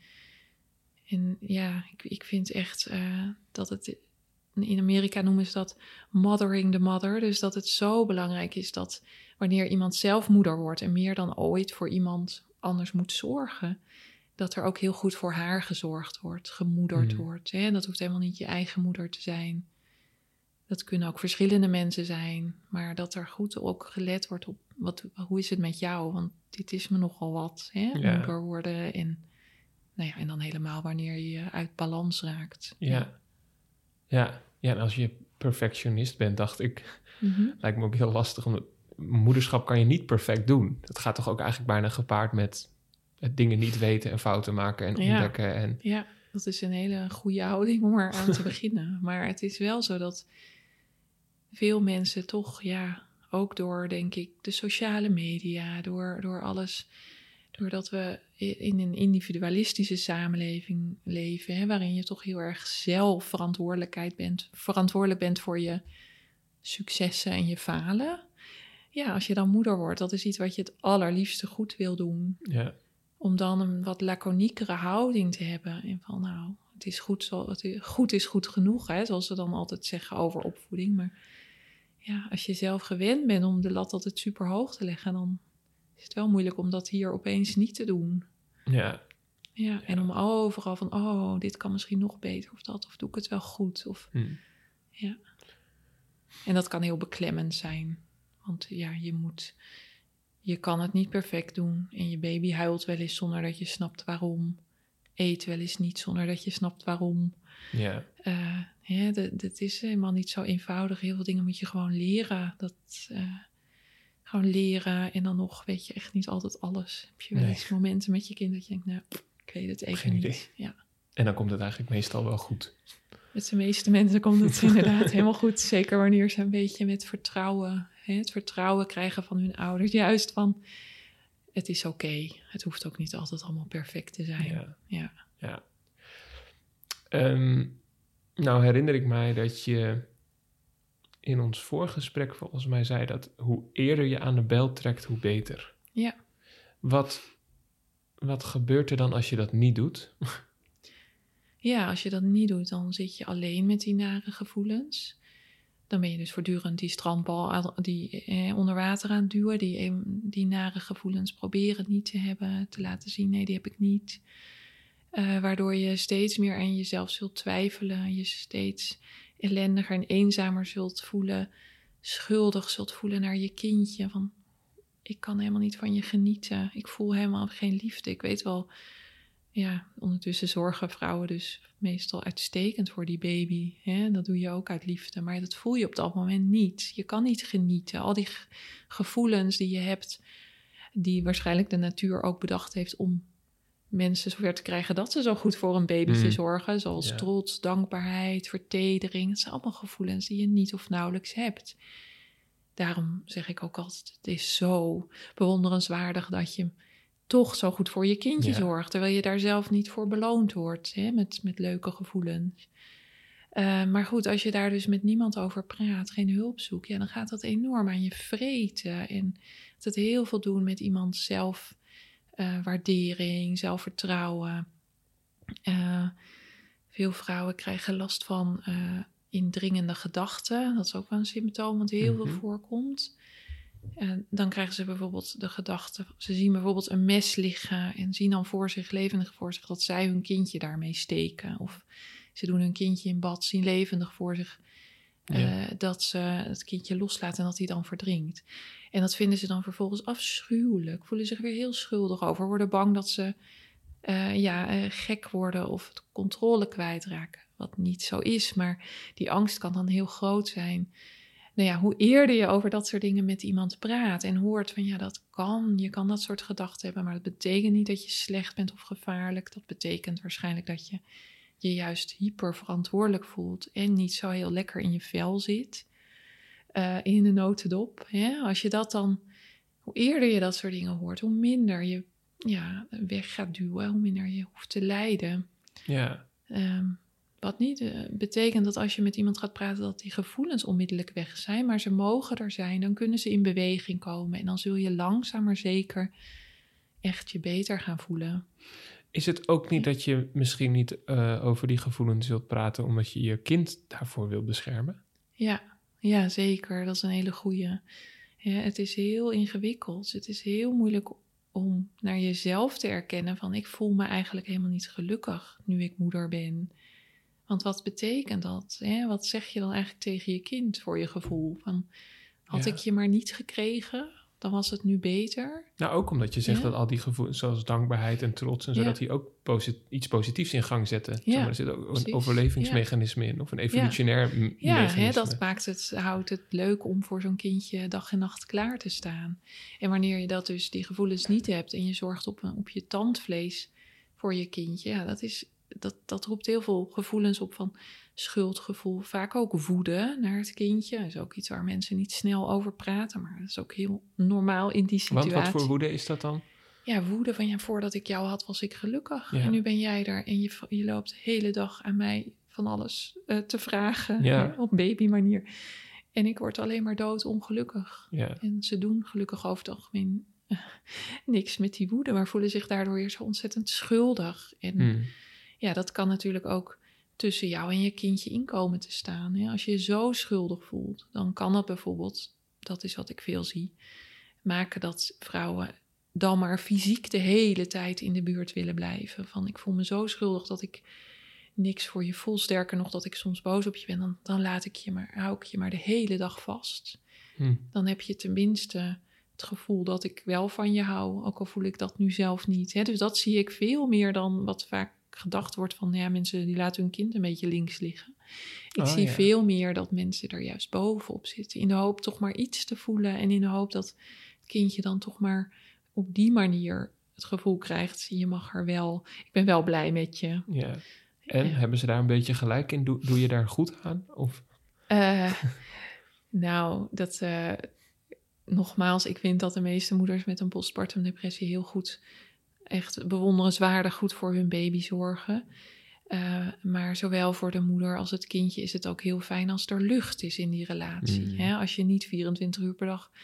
en ja, ik, ik vind echt uh, dat het, in Amerika noemen ze dat mothering the mother, dus dat het zo belangrijk is dat wanneer iemand zelf moeder wordt en meer dan ooit voor iemand anders moet zorgen, dat er ook heel goed voor haar gezorgd wordt, gemoederd mm. wordt. Hè? Dat hoeft helemaal niet je eigen moeder te zijn. Dat kunnen ook verschillende mensen zijn. Maar dat er goed ook gelet wordt op, wat, hoe is het met jou? Want dit is me nogal wat, hè? Ja. Moeder worden. En, nou ja, en dan helemaal wanneer je uit balans raakt. Ja, ja. ja. ja en als je perfectionist bent, dacht ik, mm-hmm. lijkt me ook heel lastig. Omdat moederschap kan je niet perfect doen. Dat gaat toch ook eigenlijk bijna gepaard met het dingen niet weten en fouten maken en ontdekken. Ja, en... ja, dat is een hele goede houding om er aan te beginnen. Maar het is wel zo dat veel mensen toch, ja, ook door, denk ik, de sociale media, door, door alles, doordat we in een individualistische samenleving leven, hè, waarin je toch heel erg zelf verantwoordelijkheid bent, verantwoordelijk bent voor je successen en je falen. Ja, als je dan moeder wordt, dat is iets wat je het allerliefste goed wil doen. Ja. Om dan een wat laconiekere houding te hebben. En van nou, het is goed, zo, het is, goed is goed genoeg. Hè, zoals ze dan altijd zeggen over opvoeding. Maar ja, als je zelf gewend bent om de lat altijd super hoog te leggen, dan is het wel moeilijk om dat hier opeens niet te doen. Ja. Ja, ja. En om overal van, oh, dit kan misschien nog beter of dat. Of doe ik het wel goed. Of, hmm. Ja. En dat kan heel beklemmend zijn. Want ja, je moet... Je kan het niet perfect doen en je baby huilt wel eens zonder dat je snapt waarom. Eet wel eens niet zonder dat je snapt waarom. Ja. Uh, ja, dat is helemaal niet zo eenvoudig. Heel veel dingen moet je gewoon leren. Dat, uh, gewoon leren en dan nog weet je echt niet altijd alles. Heb je wel eens nee. momenten met je kind dat je denkt, nou, ik weet het even Geen niet. Idee. Ja. En dan komt het eigenlijk meestal wel goed. Met de meeste mensen komt het inderdaad helemaal goed. Zeker wanneer ze een beetje met vertrouwen... Hè, het vertrouwen krijgen van hun ouders. Juist van, het is oké. Okay. Het hoeft ook niet altijd allemaal perfect te zijn. Ja. ja. ja. Um, nou herinner ik mij dat je in ons voorgesprek volgens mij zei dat hoe eerder je aan de bel trekt, hoe beter. Ja. Wat, wat gebeurt er dan als je dat niet doet? Ja, als je dat niet doet, dan zit je alleen met die nare gevoelens. Dan ben je dus voortdurend die strandbal die, eh, onder water aan het duwen. Die, die nare gevoelens proberen niet te hebben, te laten zien, nee, die heb ik niet. Uh, waardoor je steeds meer aan jezelf zult twijfelen. Je steeds ellendiger en eenzamer zult voelen. Schuldig zult voelen naar je kindje. Van, ik kan helemaal niet van je genieten. Ik voel helemaal geen liefde. Ik weet wel, ja, ondertussen zorgen vrouwen dus meestal uitstekend voor die baby. Hè? Dat doe je ook uit liefde. Maar dat voel je op dat moment niet. Je kan niet genieten. Al die ge- gevoelens die je hebt, die waarschijnlijk de natuur ook bedacht heeft om mensen zover te krijgen dat ze zo goed voor een babytje Mm. zorgen. Zoals Ja. trots, dankbaarheid, vertedering. Het zijn allemaal gevoelens die je niet of nauwelijks hebt. Daarom zeg ik ook altijd, het is zo bewonderenswaardig dat je toch zo goed voor je kindje Ja. zorgt. Terwijl je daar zelf niet voor beloond wordt, hè, met, met leuke gevoelens. Uh, maar goed, als je daar dus met niemand over praat, geen hulp zoekt, ja, dan gaat dat enorm aan je vreten. En dat het heel veel doen met iemands zelf... Uh, waardering, zelfvertrouwen. Uh, veel vrouwen krijgen last van uh, indringende gedachten. Dat is ook wel een symptoom wat heel mm-hmm. veel voorkomt. En dan krijgen ze bijvoorbeeld de gedachte... Ze zien bijvoorbeeld een mes liggen en zien dan voor zich, levendig voor zich... dat zij hun kindje daarmee steken. Of ze doen hun kindje in bad, zien levendig voor zich... Uh, ja. dat ze het kindje loslaten en dat hij dan verdrinkt. En dat vinden ze dan vervolgens afschuwelijk. Voelen zich weer heel schuldig over. Worden bang dat ze uh, ja, uh, gek worden of de controle kwijtraken. Wat niet zo is, maar die angst kan dan heel groot zijn. Nou ja, hoe eerder je over dat soort dingen met iemand praat en hoort van ja, dat kan. Je kan dat soort gedachten hebben, maar dat betekent niet dat je slecht bent of gevaarlijk. Dat betekent waarschijnlijk dat je je juist hyper verantwoordelijk voelt en niet zo heel lekker in je vel zit, uh, in de notendop. Hè? Als je dat dan, hoe eerder je dat soort dingen hoort, hoe minder je ja, weg gaat duwen, hoe minder je hoeft te lijden. Ja. Um, wat niet uh, betekent dat als je met iemand gaat praten dat die gevoelens onmiddellijk weg zijn, maar ze mogen er zijn, dan kunnen ze in beweging komen en dan zul je langzaam maar zeker echt je beter gaan voelen. Is het ook niet dat je misschien niet uh, over die gevoelens wilt praten... omdat je je kind daarvoor wilt beschermen? Ja, ja, zeker. Dat is een hele goeie. Ja, het is heel ingewikkeld. Het is heel moeilijk om naar jezelf te erkennen van... ik voel me eigenlijk helemaal niet gelukkig nu ik moeder ben. Want wat betekent dat? Hè? Wat zeg je dan eigenlijk tegen je kind voor je gevoel? Van, had ja. ik je maar niet gekregen... dan was het nu beter. Nou, ook omdat je zegt ja. dat al die gevoelens, zoals dankbaarheid en trots en zo, ja. dat die ook posit- iets positiefs in gang zetten. Ja, maar er zit ook een precies. overlevingsmechanisme ja. in, of een evolutionair ja. m- ja, mechanisme. Ja, dat maakt het, houdt het leuk om voor zo'n kindje dag en nacht klaar te staan. En wanneer je dat dus, die gevoelens niet hebt en je zorgt op, op je tandvlees voor je kindje, ja, dat is, dat, dat roept heel veel gevoelens op van schuldgevoel, vaak ook woede naar het kindje. Dat is ook iets waar mensen niet snel over praten, maar dat is ook heel normaal in die situatie. Want wat voor woede is dat dan? Ja, woede van ja, voordat ik jou had was ik gelukkig. Ja. En nu ben jij er en je, je loopt de hele dag aan mij van alles uh, te vragen. Ja. Hè, op babymanier. En ik word alleen maar doodongelukkig. Ja. En ze doen gelukkig over het algemeen uh, niks met die woede, maar voelen zich daardoor weer zo ontzettend schuldig. En hmm. ja, dat kan natuurlijk ook tussen jou en je kindje inkomen te staan. Hè? Als je je zo schuldig voelt, dan kan dat bijvoorbeeld, dat is wat ik veel zie, maken dat vrouwen dan maar fysiek de hele tijd in de buurt willen blijven. Van ik voel me zo schuldig dat ik niks voor je voel. Sterker nog, dat ik soms boos op je ben, dan, dan laat ik je maar, hou ik je maar de hele dag vast. Hmm. Dan heb je tenminste het gevoel dat ik wel van je hou, ook al voel ik dat nu zelf niet. Hè? Dus dat zie ik veel meer dan wat vaak gedacht wordt van, ja, mensen die laten hun kind een beetje links liggen. Ik oh, zie ja. veel meer dat mensen er juist bovenop zitten, in de hoop toch maar iets te voelen en in de hoop dat het kindje dan toch maar op die manier het gevoel krijgt, je mag er wel, ik ben wel blij met je. Ja. En ja. hebben ze daar een beetje gelijk in? Doe, doe je daar goed aan? Of? Uh, nou, dat uh, nogmaals, ik vind dat de meeste moeders met een postpartum depressie heel goed, echt bewonderenswaardig goed voor hun baby zorgen. Uh, maar zowel voor de moeder als het kindje is het ook heel fijn als er lucht is in die relatie. Mm. Hè? Als je niet vierentwintig uur per dag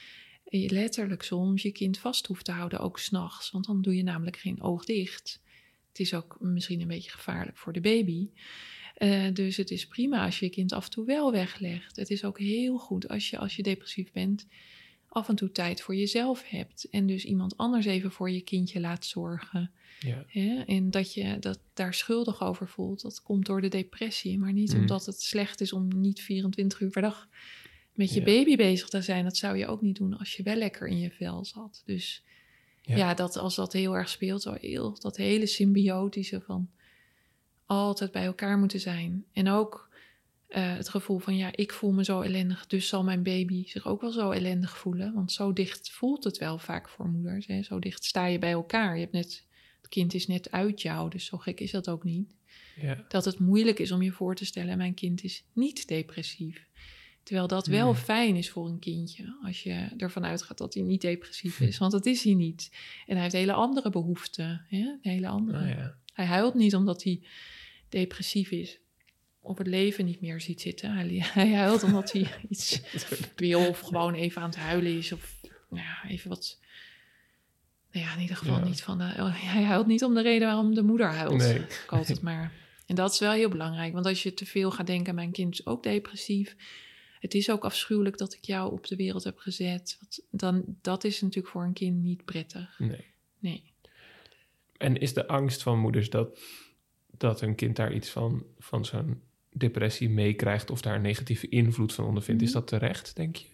je letterlijk soms je kind vast hoeft te houden, ook 's nachts. Want dan doe je namelijk geen oog dicht. Het is ook misschien een beetje gevaarlijk voor de baby. Uh, dus het is prima als je je kind af en toe wel weglegt. Het is ook heel goed als je, als je depressief bent, af en toe tijd voor jezelf hebt. En dus iemand anders even voor je kindje laat zorgen. Ja. Ja, en dat je dat daar schuldig over voelt, dat komt door de depressie. Maar niet mm. omdat het slecht is om niet vierentwintig uur per dag met je ja. baby bezig te zijn. Dat zou je ook niet doen als je wel lekker in je vel zat. Dus ja, ja dat, als dat heel erg speelt, zo heel, dat hele symbiotische van altijd bij elkaar moeten zijn. En ook uh, het gevoel van, ja, ik voel me zo ellendig, dus zal mijn baby zich ook wel zo ellendig voelen. Want zo dicht voelt het wel vaak voor moeders. Hè? Zo dicht sta je bij elkaar. Je hebt net, het kind is net uit jou, dus zo gek is dat ook niet. Ja. Dat het moeilijk is om je voor te stellen, mijn kind is niet depressief. Terwijl dat wel nee. fijn is voor een kindje, als je ervan uitgaat dat hij niet depressief is. Want dat is hij niet. En hij heeft hele andere behoeften. Hè? Hele andere. Oh ja. Hij huilt niet omdat hij depressief is, of het leven niet meer ziet zitten. Hij, hij huilt omdat hij iets wil, of gewoon even aan het huilen is. Of nou ja, even wat... Nou ja, in ieder geval ja. niet van... De, hij huilt niet om de reden waarom de moeder huilt. Nee. Ik altijd maar. En dat is wel heel belangrijk. Want als je te veel gaat denken, mijn kind is ook depressief. Het is ook afschuwelijk dat ik jou op de wereld heb gezet. Wat, dan, dat is natuurlijk voor een kind niet prettig. Nee. Nee. En is de angst van moeders dat, dat een kind daar iets van, van zo'n depressie meekrijgt, of daar een negatieve invloed van ondervindt, mm. is dat terecht, denk je?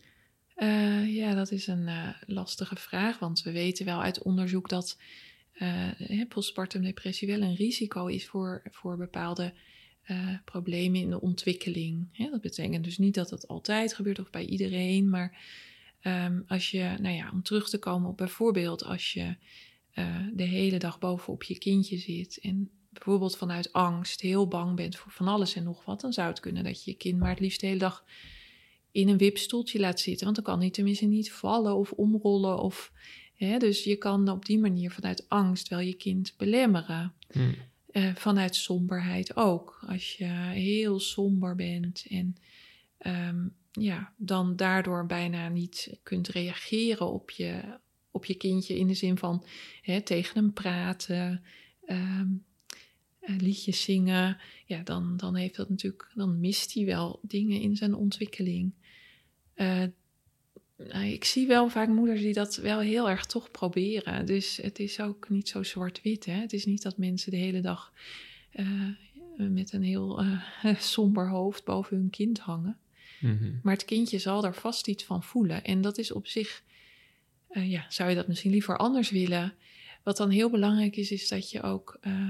Uh, ja, dat is een uh, lastige vraag, want we weten wel uit onderzoek dat uh, postpartum depressie wel een risico is voor, voor bepaalde uh, problemen in de ontwikkeling. Hè, dat betekent dus niet dat dat altijd gebeurt of bij iedereen, maar um, als je, nou ja, om terug te komen op bijvoorbeeld als je uh, de hele dag bovenop je kindje zit en bijvoorbeeld vanuit angst heel bang bent voor van alles en nog wat, dan zou het kunnen dat je je kind maar het liefst de hele dag in een wipstoeltje laat zitten. Want dan kan hij tenminste niet vallen of omrollen. Of, hè, dus je kan op die manier vanuit angst wel je kind belemmeren. Hmm. Uh, vanuit somberheid ook. Als je heel somber bent en um, ja, dan daardoor bijna niet kunt reageren op je, op je kindje in de zin van hè, tegen hem praten, um, Uh, liedjes zingen, ja, dan, dan heeft dat natuurlijk, dan mist hij wel dingen in zijn ontwikkeling. Uh, nou, ik zie wel vaak moeders die dat wel heel erg toch proberen. Dus het is ook niet zo zwart-wit. Hè? Het is niet dat mensen de hele dag uh, met een heel uh, somber hoofd boven hun kind hangen. Mm-hmm. Maar het kindje zal er vast iets van voelen. En dat is op zich, uh, ja, zou je dat misschien liever anders willen. Wat dan heel belangrijk is, is dat je ook Uh,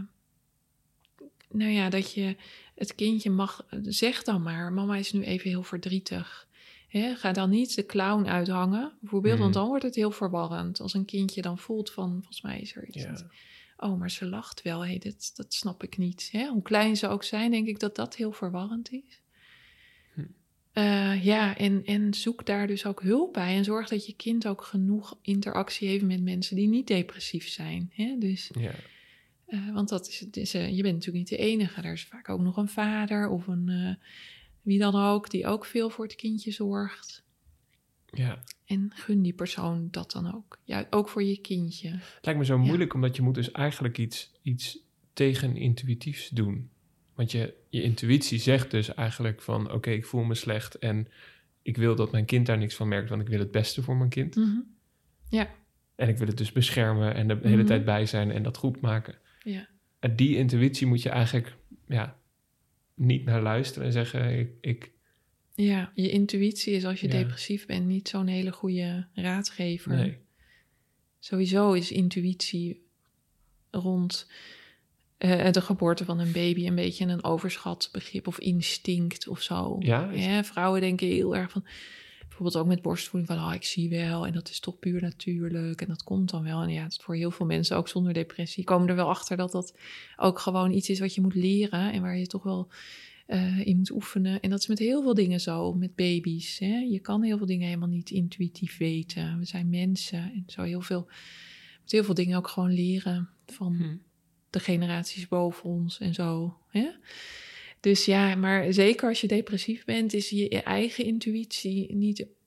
Nou ja, dat je het kindje mag... Zeg dan maar, mama is nu even heel verdrietig. Hè, ga dan niet de clown uithangen, bijvoorbeeld. Mm. Want dan wordt het heel verwarrend. Als een kindje dan voelt van, volgens mij is er iets. Yeah. Oh, maar ze lacht wel. Hey, dat, dat snap ik niet. Hè? Hoe klein ze ook zijn, denk ik dat dat heel verwarrend is. Hm. Uh, ja, en, en zoek daar dus ook hulp bij. En zorg dat je kind ook genoeg interactie heeft met mensen die niet depressief zijn. Hè? Dus... Yeah. Uh, want dat is, is uh, je bent natuurlijk niet de enige. Er is vaak ook nog een vader of een uh, wie dan ook, die ook veel voor het kindje zorgt. Ja. En gun die persoon dat dan ook. Ja, ook voor je kindje. Het lijkt me zo moeilijk, ja. Omdat je moet dus eigenlijk iets, iets tegenintuïtiefs doen. Want je, je intuïtie zegt dus eigenlijk van, oké, okay, ik voel me slecht en ik wil dat mijn kind daar niks van merkt, want ik wil het beste voor mijn kind. Mm-hmm. Ja. En ik wil het dus beschermen en de hele mm-hmm. tijd bij zijn en dat goed maken. Ja. En die intuïtie moet je eigenlijk ja, niet naar luisteren en zeggen, ik... ik ja, je intuïtie is als je ja. depressief bent niet zo'n hele goede raadgever. Nee. Sowieso is intuïtie rond uh, de geboorte van een baby een beetje een overschat begrip of instinct of zo. Ja, is... ja, vrouwen denken heel erg van... Bijvoorbeeld ook met borstvoeding van, oh, ik zie wel en dat is toch puur natuurlijk en dat komt dan wel. En ja, het is voor heel veel mensen, ook zonder depressie, komen er wel achter dat dat ook gewoon iets is wat je moet leren en waar je toch wel uh, in moet oefenen. En dat is met heel veel dingen zo, met baby's. Hè? Je kan heel veel dingen helemaal niet intuïtief weten. We zijn mensen en zo heel veel, met heel veel dingen ook gewoon leren van hmm. de generaties boven ons en zo. Hè? Dus ja, maar zeker als je depressief bent, is je eigen intuïtie niet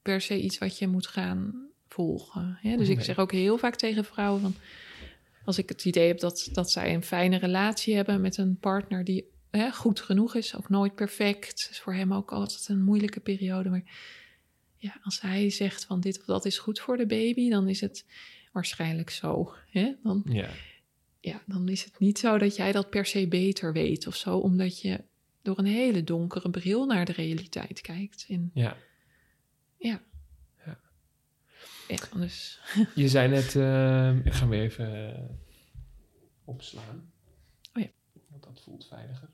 per se iets wat je moet gaan volgen. Hè? Dus Nee. ik zeg ook heel vaak tegen vrouwen van, als ik het idee heb dat, dat zij een fijne relatie hebben met een partner die hè, goed genoeg is, ook nooit perfect, is voor hem ook altijd een moeilijke periode. Maar ja, als hij zegt van dit of dat is goed voor de baby, dan is het waarschijnlijk zo. Hè? Dan, Ja. ja, dan is het niet zo dat jij dat per se beter weet of zo, omdat je door een hele donkere bril naar de realiteit kijkt. En Ja. ja. Ja. Ja, dus. Je zei net, uh, ik ga hem weer even uh, opslaan. Oh ja. Want dat voelt veiliger.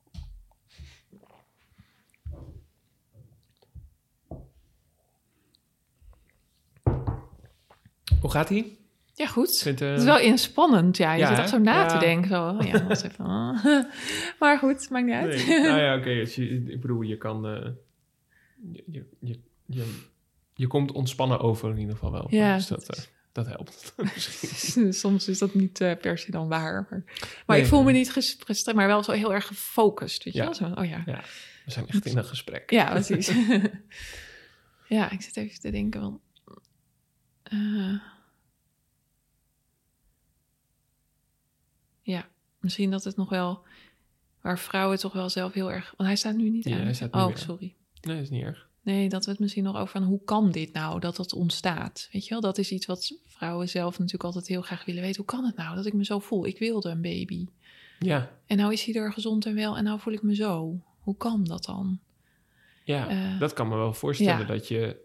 Hoe gaat ie? Ja, goed. Vind, uh... Het is wel inspannend. Ja, je ja, zit echt zo na ja. te denken. Zo. Oh, ja, wat even, oh. Maar goed, maakt niet uit. Nee. Nou ja, oké. Okay. Ik bedoel, je kan... Uh, je, je, je, je, je komt ontspannen over in ieder geval wel. Ja, dus dat, dat, uh, dat helpt misschien. Soms is dat niet uh, per se dan waar. Maar, maar nee, ik voel nee. me niet gestrest, maar wel zo heel erg gefocust. Weet je ja. wel? Zo, oh ja. ja. We zijn echt in een gesprek. Ja, precies. Ja, ik zit even te denken van... Uh, ja, misschien dat het nog wel... Waar vrouwen toch wel zelf heel erg... Want hij staat nu niet ja, aan. Hij staat nu oh, weer. sorry. Nee, dat is niet erg. Nee, dat we het misschien nog over van hoe kan dit nou, dat dat ontstaat. Weet je wel, dat is iets wat vrouwen zelf natuurlijk altijd heel graag willen weten. Hoe kan het nou dat ik me zo voel? Ik wilde een baby. Ja. En nou is hij er gezond en wel en nou voel ik me zo. Hoe kan dat dan? Ja, uh, dat kan me wel voorstellen ja. dat je...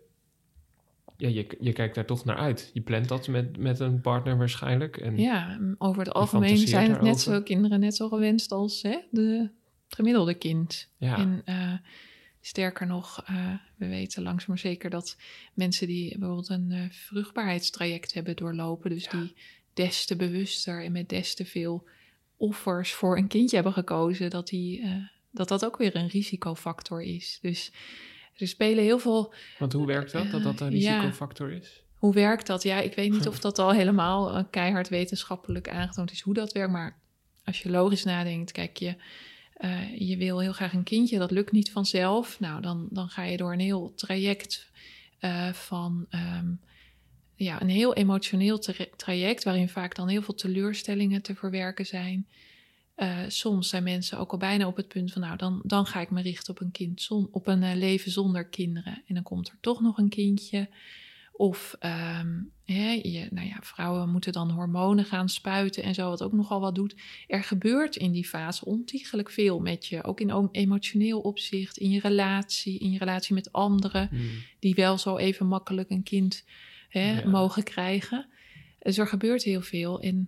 Ja, je, je kijkt daar toch naar uit. Je plant dat met, met een partner waarschijnlijk. En ja, over het algemeen zijn het net zo, kinderen net zo gewenst als hè, de, het gemiddelde kind. Ja. En uh, sterker nog, uh, we weten langzaam maar zeker dat mensen die bijvoorbeeld een uh, vruchtbaarheidstraject hebben doorlopen, dus ja. die des te bewuster en met des te veel offers voor een kindje hebben gekozen, dat die, uh, dat, dat ook weer een risicofactor is. Dus er spelen heel veel... Want hoe werkt dat, dat dat een risicofactor uh, ja. is? Hoe werkt dat? Ja, ik weet niet of dat al helemaal uh, keihard wetenschappelijk aangetoond is hoe dat werkt. Maar als je logisch nadenkt, kijk, je, uh, je wil heel graag een kindje. Dat lukt niet vanzelf. Nou, dan, dan ga je door een heel traject uh, van... Um, ja, een heel emotioneel tra- traject... waarin vaak dan heel veel teleurstellingen te verwerken zijn... Uh, soms zijn mensen ook al bijna op het punt van... nou, dan, dan ga ik me richten op een kind, zon, op een uh, leven zonder kinderen. En dan komt er toch nog een kindje. Of, um, hè, je, nou ja, vrouwen moeten dan hormonen gaan spuiten en zo... wat ook nogal wat doet. Er gebeurt in die fase ontiegelijk veel met je. Ook in emotioneel opzicht, in je relatie... in je relatie met anderen... Hmm. die wel zo even makkelijk een kind hè, ja. mogen krijgen. Dus er gebeurt heel veel. En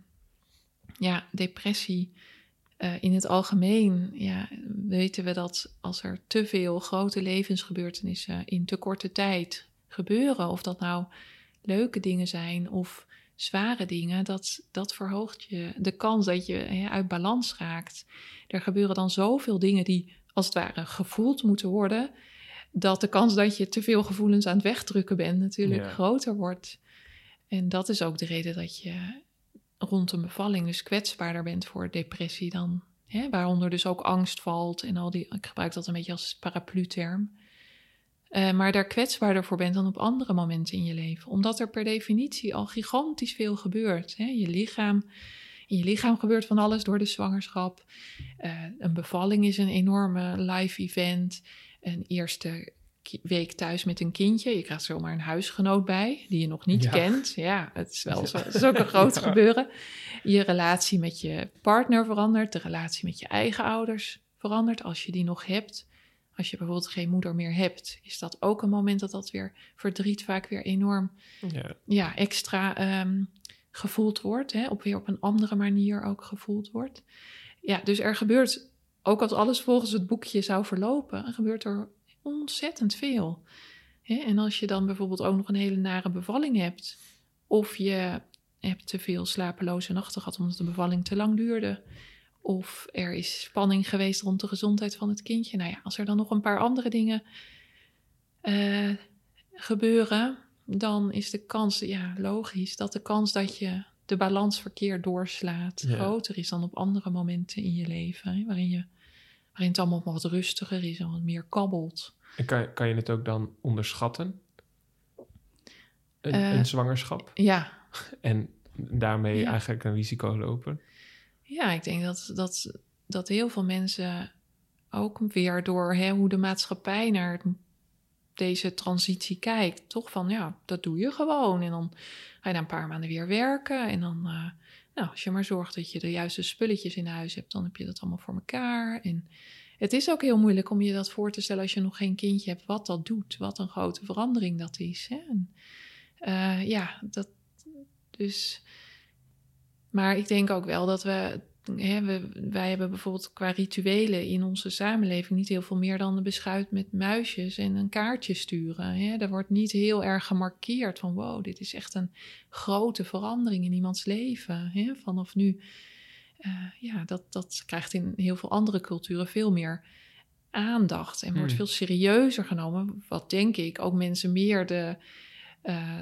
ja, depressie... Uh, in het algemeen ja, weten we dat als er te veel grote levensgebeurtenissen in te korte tijd gebeuren, of dat nou leuke dingen zijn of zware dingen, dat, dat verhoogt je de kans dat je hè, uit balans raakt. Er gebeuren dan zoveel dingen die als het ware gevoeld moeten worden, dat de kans dat je te veel gevoelens aan het wegdrukken bent natuurlijk ja. groter wordt. En dat is ook de reden dat je rond een bevalling dus kwetsbaarder bent voor depressie dan, hè, waaronder dus ook angst valt en al die, ik gebruik dat een beetje als paraplu-term, uh, maar daar kwetsbaarder voor bent dan op andere momenten in je leven, omdat er per definitie al gigantisch veel gebeurt. Hè. Je lichaam, in je lichaam gebeurt van alles door de zwangerschap. Uh, een bevalling is een enorme live event, een eerste week thuis met een kindje. Je krijgt zomaar een huisgenoot bij, die je nog niet ja. kent. Ja, het is wel zo. Het is ook een groot ja. gebeuren. Je relatie met je partner verandert. De relatie met je eigen ouders verandert, als je die nog hebt. Als je bijvoorbeeld geen moeder meer hebt, is dat ook een moment dat dat weer verdriet vaak weer enorm ja. Ja, extra um, gevoeld wordt. Hè? Op weer op een andere manier ook gevoeld wordt. Ja, dus er gebeurt, ook als alles volgens het boekje zou verlopen, gebeurt er ontzettend veel. Hè? En als je dan bijvoorbeeld ook nog een hele nare bevalling hebt, of je hebt te veel slapeloze nachten gehad omdat de bevalling te lang duurde, of er is spanning geweest rond de gezondheid van het kindje. Nou ja, als er dan nog een paar andere dingen uh, gebeuren, dan is de kans, ja, logisch, dat de kans dat je de balans verkeerd doorslaat ja. groter is dan op andere momenten in je leven, hè? waarin je waarin het allemaal wat rustiger is en wat meer kabbelt. En kan, kan je het ook dan onderschatten? een, Uh, een zwangerschap. Ja. En daarmee ja. eigenlijk een risico lopen. Ja, ik denk dat, dat, dat heel veel mensen ook weer door hè, hoe de maatschappij naar deze transitie kijkt, toch van ja, dat doe je gewoon. En dan ga je na een paar maanden weer werken. En dan, uh, nou, als je maar zorgt dat je de juiste spulletjes in huis hebt, dan heb je dat allemaal voor elkaar. En het is ook heel moeilijk om je dat voor te stellen als je nog geen kindje hebt, wat dat doet, wat een grote verandering dat is. Hè? En, uh, ja, dat dus. Maar ik denk ook wel dat we, hè, we, wij hebben bijvoorbeeld qua rituelen in onze samenleving niet heel veel meer dan een beschuit met muisjes en een kaartje sturen. Hè. Er wordt niet heel erg gemarkeerd van wow, dit is echt een grote verandering in iemands leven. Hè. Vanaf nu, uh, ja, dat, dat krijgt in heel veel andere culturen veel meer aandacht en wordt hmm. veel serieuzer genomen. Wat denk ik ook mensen meer de... Uh,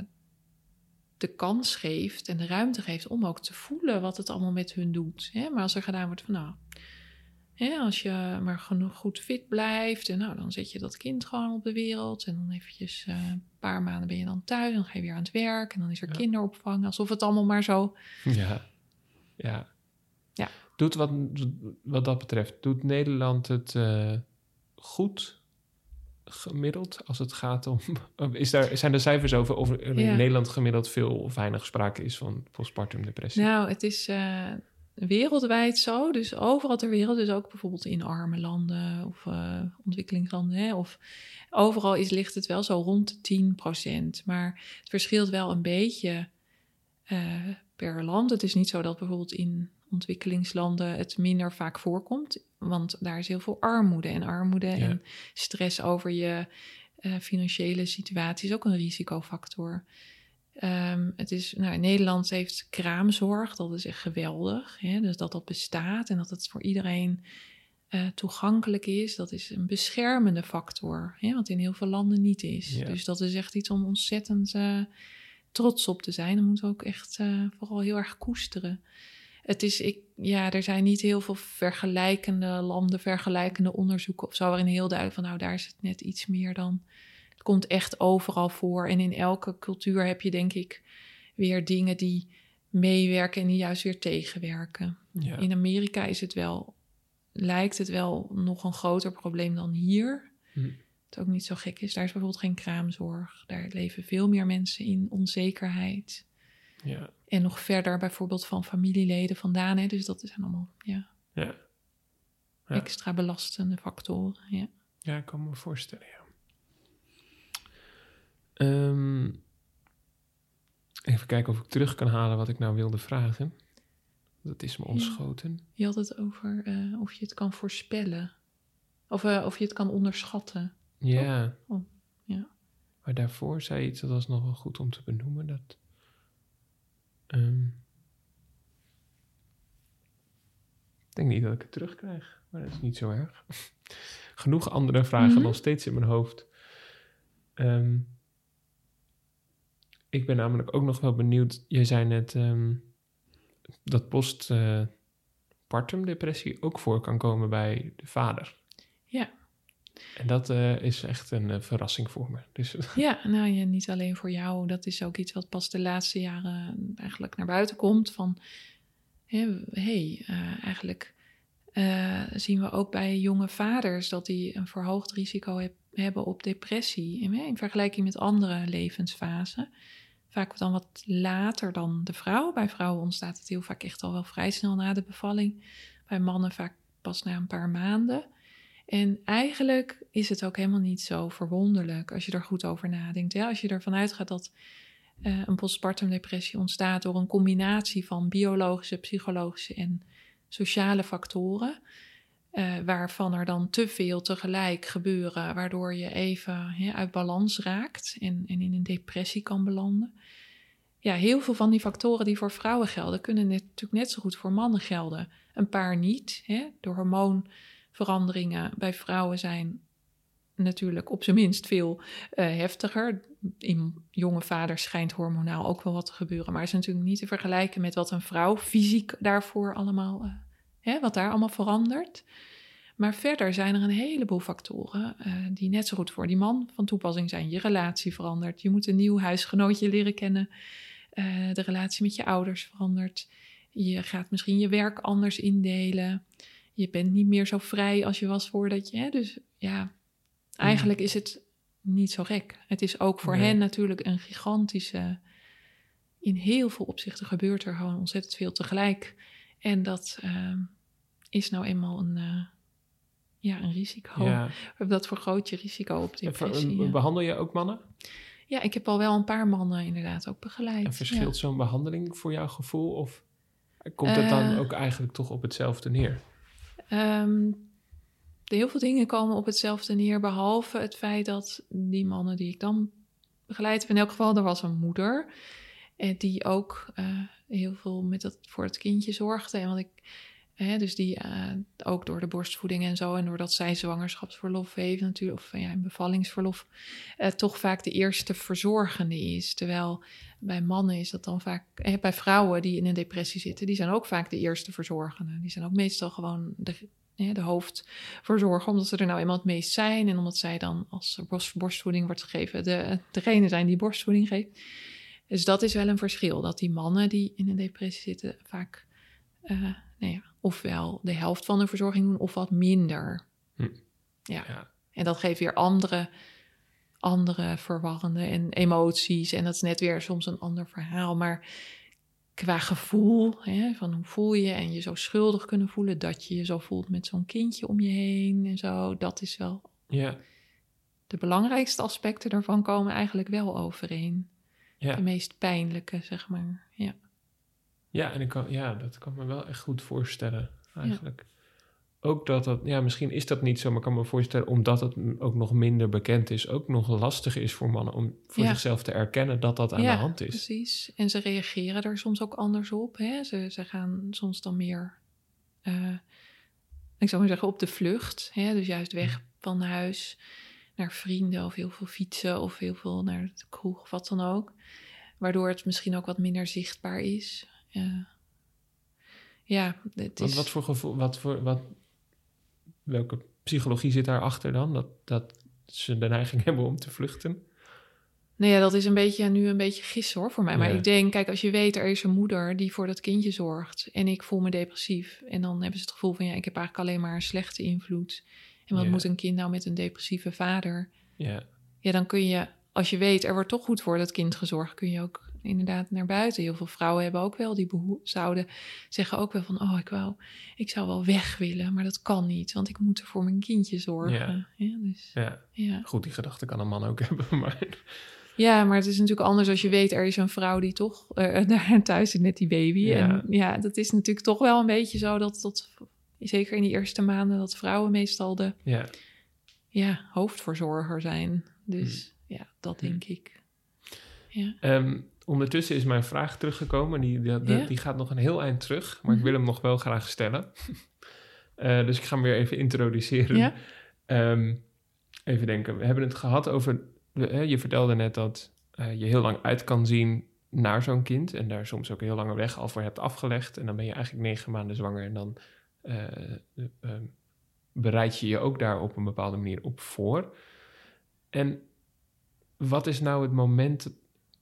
de kans geeft en de ruimte geeft om ook te voelen wat het allemaal met hun doet. Hè? Maar als er gedaan wordt van nou, hè, als je maar genoeg goed fit blijft en nou, dan zet je dat kind gewoon op de wereld en dan eventjes uh, een paar maanden ben je dan thuis en dan ga je weer aan het werk en dan is er ja. kinderopvang, alsof het allemaal maar zo... Ja, ja. ja. Doet wat, wat dat betreft, doet Nederland het uh, goed... gemiddeld als het gaat om... Is daar, zijn er cijfers over of er in ja. Nederland gemiddeld veel of weinig sprake is van postpartum depressie? Nou, het is uh, wereldwijd zo. Dus overal ter wereld. Dus ook bijvoorbeeld in arme landen of uh, ontwikkelingslanden. Hè, of overal is, ligt het wel zo rond de tien procent. Maar het verschilt wel een beetje uh, per land. Het is niet zo dat bijvoorbeeld in ontwikkelingslanden het minder vaak voorkomt. Want daar is heel veel armoede. En armoede ja. en stress over je uh, financiële situatie is ook een risicofactor. Um, het is, nou, Nederland heeft kraamzorg. Dat is echt geweldig. Hè? Dus dat dat bestaat en dat het voor iedereen uh, toegankelijk is. Dat is een beschermende factor. Hè? Wat in heel veel landen niet is. Ja. Dus dat is echt iets om ontzettend uh, trots op te zijn. Dat moeten we ook echt uh, vooral heel erg koesteren. Het is, ik, ja, er zijn niet heel veel vergelijkende landen, vergelijkende onderzoeken of zo, waarin heel duidelijk van, nou, daar is het net iets meer dan. Het komt echt overal voor. En in elke cultuur heb je, denk ik, weer dingen die meewerken en die juist weer tegenwerken. Ja. In Amerika is het wel, lijkt het wel nog een groter probleem dan hier. Hm. Wat ook niet zo gek is. Daar is bijvoorbeeld geen kraamzorg. Daar leven veel meer mensen in onzekerheid. Ja. En nog verder bijvoorbeeld van familieleden vandaan. Hè? Dus dat zijn allemaal ja, ja. Ja. extra belastende factoren. Ja, ja, ik kan me voorstellen, ja. Um, even kijken of ik terug kan halen wat ik nou wilde vragen. Dat is me ontschoten. Ja. Je had het over uh, of je het kan voorspellen. Of, uh, of je het kan onderschatten. Ja. Oh, ja. Maar daarvoor zei je iets, dat was nog wel goed om te benoemen. Dat... Um, ik denk niet dat ik het terugkrijg, maar dat is niet zo erg. Genoeg andere vragen mm-hmm. nog steeds in mijn hoofd. Um, ik ben namelijk ook nog wel benieuwd. Jij zei net um, dat postpartum uh, depressie ook voor kan komen bij de vader. Ja. En dat uh, is echt een uh, verrassing voor me. Dus, ja, nou ja, niet alleen voor jou. Dat is ook iets wat pas de laatste jaren eigenlijk naar buiten komt. Van, hé, hey, uh, eigenlijk uh, zien we ook bij jonge vaders dat die een verhoogd risico heb, hebben op depressie. In, in vergelijking met andere levensfasen. Vaak dan wat later dan de vrouw. Bij vrouwen ontstaat het heel vaak echt al wel vrij snel na de bevalling. Bij mannen vaak pas na een paar maanden. En eigenlijk is het ook helemaal niet zo verwonderlijk als je er goed over nadenkt. Ja, als je ervan uitgaat dat uh, een postpartum depressie ontstaat door een combinatie van biologische, psychologische en sociale factoren. Uh, waarvan er dan te veel tegelijk gebeuren, waardoor je even he, uit balans raakt en, en in een depressie kan belanden. Ja, heel veel van die factoren die voor vrouwen gelden, kunnen net, natuurlijk net zo goed voor mannen gelden. Een paar niet, hè, door hormoonveranderingen bij vrouwen zijn natuurlijk op zijn minst veel uh, heftiger. In jonge vaders schijnt hormonaal ook wel wat te gebeuren, maar is natuurlijk niet te vergelijken met wat een vrouw fysiek daarvoor allemaal, uh, hè, wat daar allemaal verandert. Maar verder zijn er een heleboel factoren uh, die net zo goed voor die man van toepassing zijn. Je relatie verandert, je moet een nieuw huisgenootje leren kennen. Uh, de relatie met je ouders verandert. Je gaat misschien je werk anders indelen. Je bent niet meer zo vrij als je was voordat je... Hè? Dus ja, eigenlijk mm. is het niet zo gek. Het is ook voor nee. hen natuurlijk een gigantische... In heel veel opzichten gebeurt er gewoon ontzettend veel tegelijk. En dat uh, is nou eenmaal een, uh, ja, een risico. Ja. Dat vergroot je risico op depressie. Ver, behandel je ook mannen? Ja, ik heb al wel een paar mannen inderdaad ook begeleid. En verschilt ja. zo'n behandeling voor jouw gevoel? Of komt het dan uh, ook eigenlijk toch op hetzelfde neer? Um, heel veel dingen komen op hetzelfde neer, behalve het feit dat die mannen die ik dan begeleid heb, in elk geval, er was een moeder, en die ook uh, heel veel met dat, voor het kindje zorgde. En wat ik, hè, dus die uh, ook door de borstvoeding en zo, en doordat zij zwangerschapsverlof heeft natuurlijk, of ja, een bevallingsverlof, uh, toch vaak de eerste verzorgende is. Terwijl bij mannen is dat dan vaak, eh, bij vrouwen die in een depressie zitten, die zijn ook vaak de eerste verzorgende. Die zijn ook meestal gewoon de, ja, de hoofdverzorger, omdat ze er nou eenmaal het meest zijn en omdat zij dan als borst, borstvoeding wordt gegeven, de, degene zijn die borstvoeding geeft. Dus dat is wel een verschil, dat die mannen die in een depressie zitten vaak uh, nou ja, ofwel de helft van de verzorging doen of wat minder. Hm. Ja. ja. En dat geeft weer andere, andere verwarrende en emoties. En dat is net weer soms een ander verhaal. Maar qua gevoel, hè, van hoe voel je en je zo schuldig kunnen voelen, dat je je zo voelt met zo'n kindje om je heen en zo, dat is wel... Ja. De belangrijkste aspecten daarvan komen eigenlijk wel overeen. Ja. De meest pijnlijke, zeg maar. Ja, ja en ik kan, ja, dat kan me wel echt goed voorstellen, eigenlijk. Ja. Ook dat dat, ja, misschien is dat niet zo, maar ik kan me voorstellen, omdat het ook nog minder bekend is, ook nog lastig is voor mannen om voor ja. zichzelf te erkennen dat dat aan ja, de hand is. Precies. En ze reageren er soms ook anders op. Hè? Ze, ze gaan soms dan meer, uh, ik zou maar zeggen, op de vlucht. Hè? Dus juist weg van huis naar vrienden of heel veel fietsen of heel veel naar de kroeg of wat dan ook. Waardoor het misschien ook wat minder zichtbaar is. Uh, ja, het is... Wat, wat voor gevoel, wat voor, wat, welke psychologie zit daarachter dan? Dat, dat ze de neiging hebben om te vluchten? Nou ja, dat is een beetje, nu een beetje gissen hoor voor mij. Maar ja. Ik denk, kijk, als je weet, er is een moeder die voor dat kindje zorgt en ik voel me depressief. En dan hebben ze het gevoel van, ja, ik heb eigenlijk alleen maar een slechte invloed. En wat ja. moet een kind nou met een depressieve vader? Ja. Ja, dan kun je, als je weet, er wordt toch goed voor dat kind gezorgd, kun je ook inderdaad naar buiten. Heel veel vrouwen hebben ook wel die beho- zouden zeggen ook wel van, oh, ik wou, ik zou wel weg willen, maar dat kan niet, want ik moet er voor mijn kindje zorgen. Ja, ja, dus, ja. ja. Goed, die gedachte kan een man ook hebben, maar... Ja, maar het is natuurlijk anders als je weet, er is een vrouw die toch uh, daar thuis zit met die baby. Ja. En ja, dat is natuurlijk toch wel een beetje zo dat, dat zeker in die eerste maanden, dat vrouwen meestal de ja. Ja, hoofdverzorger zijn. Dus hm. ja, dat denk hm. ik. Ja. Um, ondertussen is mijn vraag teruggekomen. Die, die, die, ja? die gaat nog een heel eind terug, maar mm-hmm. ik wil hem nog wel graag stellen. uh, dus ik ga hem weer even introduceren. Ja? Um, even denken, we hebben het gehad over... Uh, je vertelde net dat uh, je heel lang uit kan zien naar zo'n kind. En daar soms ook een heel lange weg al voor hebt afgelegd. En dan ben je eigenlijk negen maanden zwanger. En dan uh, uh, uh, bereid je je ook daar op een bepaalde manier op voor. En wat is nou het moment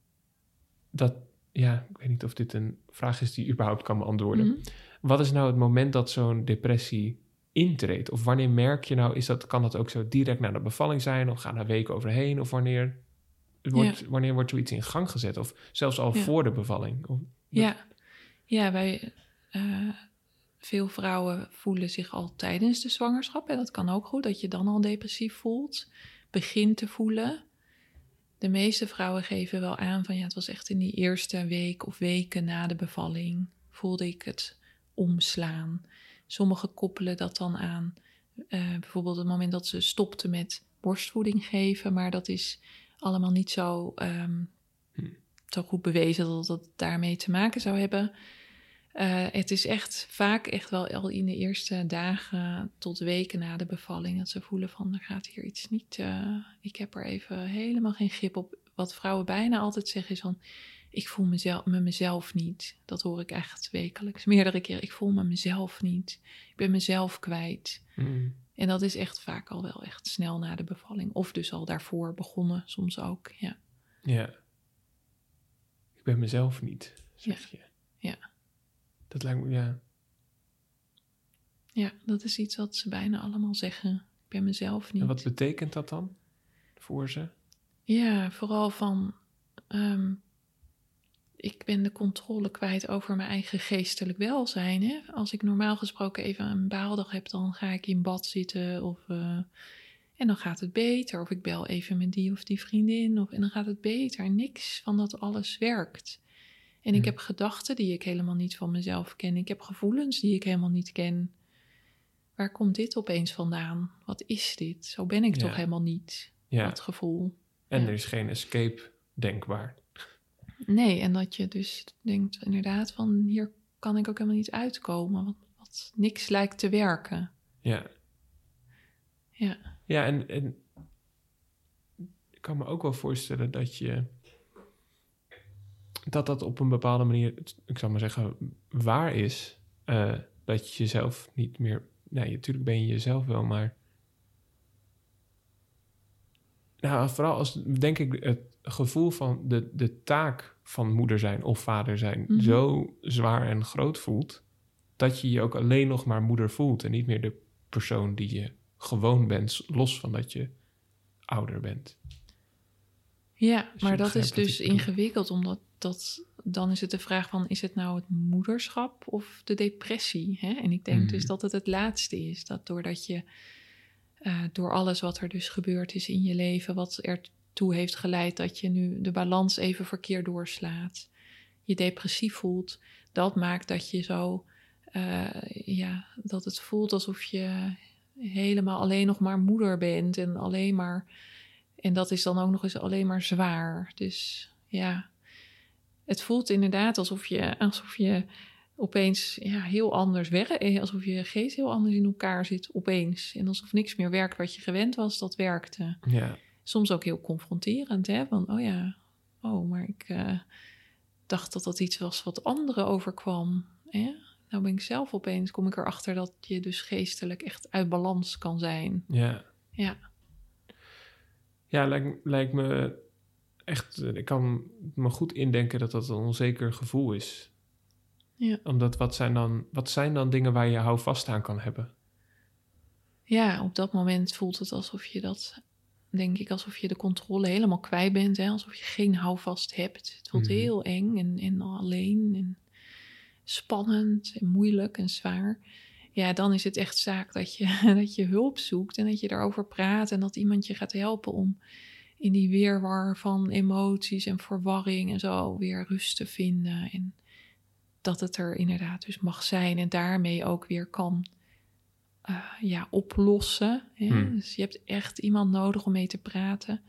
dat... Ja, ik weet niet of dit een vraag is die je überhaupt kan beantwoorden. Mm-hmm. Wat is nou het moment dat zo'n depressie intreedt? Of wanneer merk je nou, is dat, kan dat ook zo direct na de bevalling zijn? Of gaan er weken overheen? Of wanneer wordt, ja. wanneer wordt zoiets in gang gezet? Of zelfs al ja. voor de bevalling? Of, ja. ja, bij uh, veel vrouwen voelen zich al tijdens de zwangerschap. En dat kan ook goed, dat je dan al depressief voelt. Begint te voelen. De meeste vrouwen geven wel aan van ja, het was echt in die eerste week of weken na de bevalling voelde ik het omslaan. Sommigen koppelen dat dan aan uh, bijvoorbeeld het moment dat ze stopten met borstvoeding geven, maar dat is allemaal niet zo, um, hm. zo goed bewezen dat dat daarmee te maken zou hebben. Uh, het is echt vaak echt wel al in de eerste dagen tot weken na de bevalling dat ze voelen van er gaat hier iets niet. Uh, ik heb er even helemaal geen grip op. Wat vrouwen bijna altijd zeggen is van ik voel mezelf, me mezelf niet. Dat hoor ik echt wekelijks. Meerdere keren. Ik voel me mezelf niet. Ik ben mezelf kwijt. Mm. En dat is echt vaak al wel echt snel na de bevalling. Of dus al daarvoor begonnen, soms ook, ja. Ja. Ik ben mezelf niet, zeg Ja. je. Ja. Dat lijkt me, ja. Ja, dat is iets wat ze bijna allemaal zeggen. Ik ben mezelf niet. En wat betekent dat dan voor ze? Ja, vooral van... Um, ik ben de controle kwijt over mijn eigen geestelijk welzijn. Hè? Als ik normaal gesproken even een baaldag heb, dan ga ik in bad zitten. Of, uh, en dan gaat het beter. Of ik bel even met die of die vriendin. Of, en dan gaat het beter. Niks van dat alles werkt. En ik Hmm. heb gedachten die ik helemaal niet van mezelf ken. Ik heb gevoelens die ik helemaal niet ken. Waar komt dit opeens vandaan? Wat is dit? Zo ben ik Ja. toch helemaal niet. Ja. Dat gevoel. En Ja. er is geen escape denkbaar. Nee, en dat je dus denkt inderdaad van... hier kan ik ook helemaal niet uitkomen. Want, wat niks lijkt te werken. Ja. Ja. Ja, en, en ik kan me ook wel voorstellen dat je... dat dat op een bepaalde manier, ik zal maar zeggen, waar is. Uh, dat je jezelf niet meer... Nee, natuurlijk ben je jezelf wel, maar... Nou, vooral als, denk ik, het gevoel van de, de taak van moeder zijn of vader zijn... Mm-hmm. zo zwaar en groot voelt... dat je je ook alleen nog maar moeder voelt... en niet meer de persoon die je gewoon bent... los van dat je ouder bent. Ja, Dus maar je dat is begrijpt wat dus ik bedoel. ingewikkeld, omdat dat, dan is het de vraag van... is het nou het moederschap of de depressie? Hè? En ik denk Mm. dus dat het het laatste is. Dat doordat je uh, door alles wat er dus gebeurd is in je leven... wat ertoe heeft geleid dat je nu de balans even verkeerd doorslaat... je depressief voelt, dat maakt dat je zo... Uh, ja, dat het voelt alsof je helemaal alleen nog maar moeder bent... en alleen maar... En dat is dan ook nog eens alleen maar zwaar. Dus ja, het voelt inderdaad alsof je, alsof je opeens ja, heel anders werkt. Alsof je geest heel anders in elkaar zit opeens. En alsof niks meer werkt wat je gewend was, dat werkte. Ja. Soms ook heel confronterend, hè. Van, oh ja, oh, maar ik uh, dacht dat dat iets was wat anderen overkwam. Hè? Nou ben ik zelf opeens, kom ik erachter dat je dus geestelijk echt uit balans kan zijn. Ja. Ja. Ja, lijkt, lijkt me echt... Ik kan me goed indenken dat dat een onzeker gevoel is. Ja. Omdat wat zijn dan, wat zijn dan dingen waar je houvast aan kan hebben? Ja, op dat moment voelt het alsof je dat... denk ik, alsof je de controle helemaal kwijt bent. Hè? Alsof je geen houvast hebt. Het voelt Mm-hmm. heel eng en, en alleen en spannend en moeilijk en zwaar. Ja, dan is het echt zaak dat je, dat je hulp zoekt en dat je daarover praat... en dat iemand je gaat helpen om in die weerwar van emoties en verwarring en zo weer rust te vinden. En dat het er inderdaad dus mag zijn en daarmee ook weer kan uh, ja, oplossen. Hè? Hmm. Dus je hebt echt iemand nodig om mee te praten.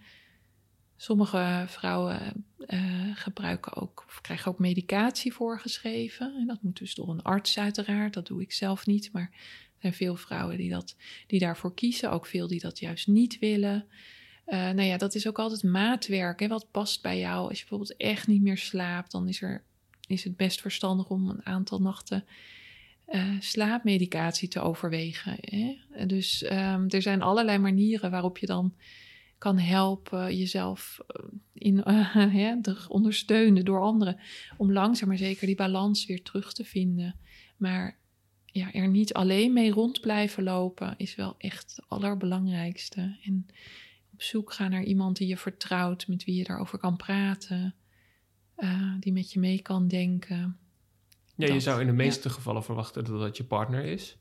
Sommige vrouwen uh, gebruiken ook, of krijgen ook medicatie voorgeschreven. En dat moet dus door een arts uiteraard. Dat doe ik zelf niet, maar er zijn veel vrouwen die, dat, die daarvoor kiezen. Ook veel die dat juist niet willen. Uh, nou ja, dat is ook altijd maatwerk. Hè? Wat past bij jou? Als je bijvoorbeeld echt niet meer slaapt, dan is, er, is het best verstandig om een aantal nachten uh, slaapmedicatie te overwegen. Hè? Dus um, er zijn allerlei manieren waarop je dan kan helpen jezelf in, uh, ja, ondersteunen door anderen, om langzaam maar zeker die balans weer terug te vinden. Maar ja, er niet alleen mee rond blijven lopen is wel echt het allerbelangrijkste. En op zoek gaan naar iemand die je vertrouwt, met wie je daarover kan praten, uh, die met je mee kan denken. Ja, dat, je zou in de meeste ja. gevallen verwachten dat dat je partner is.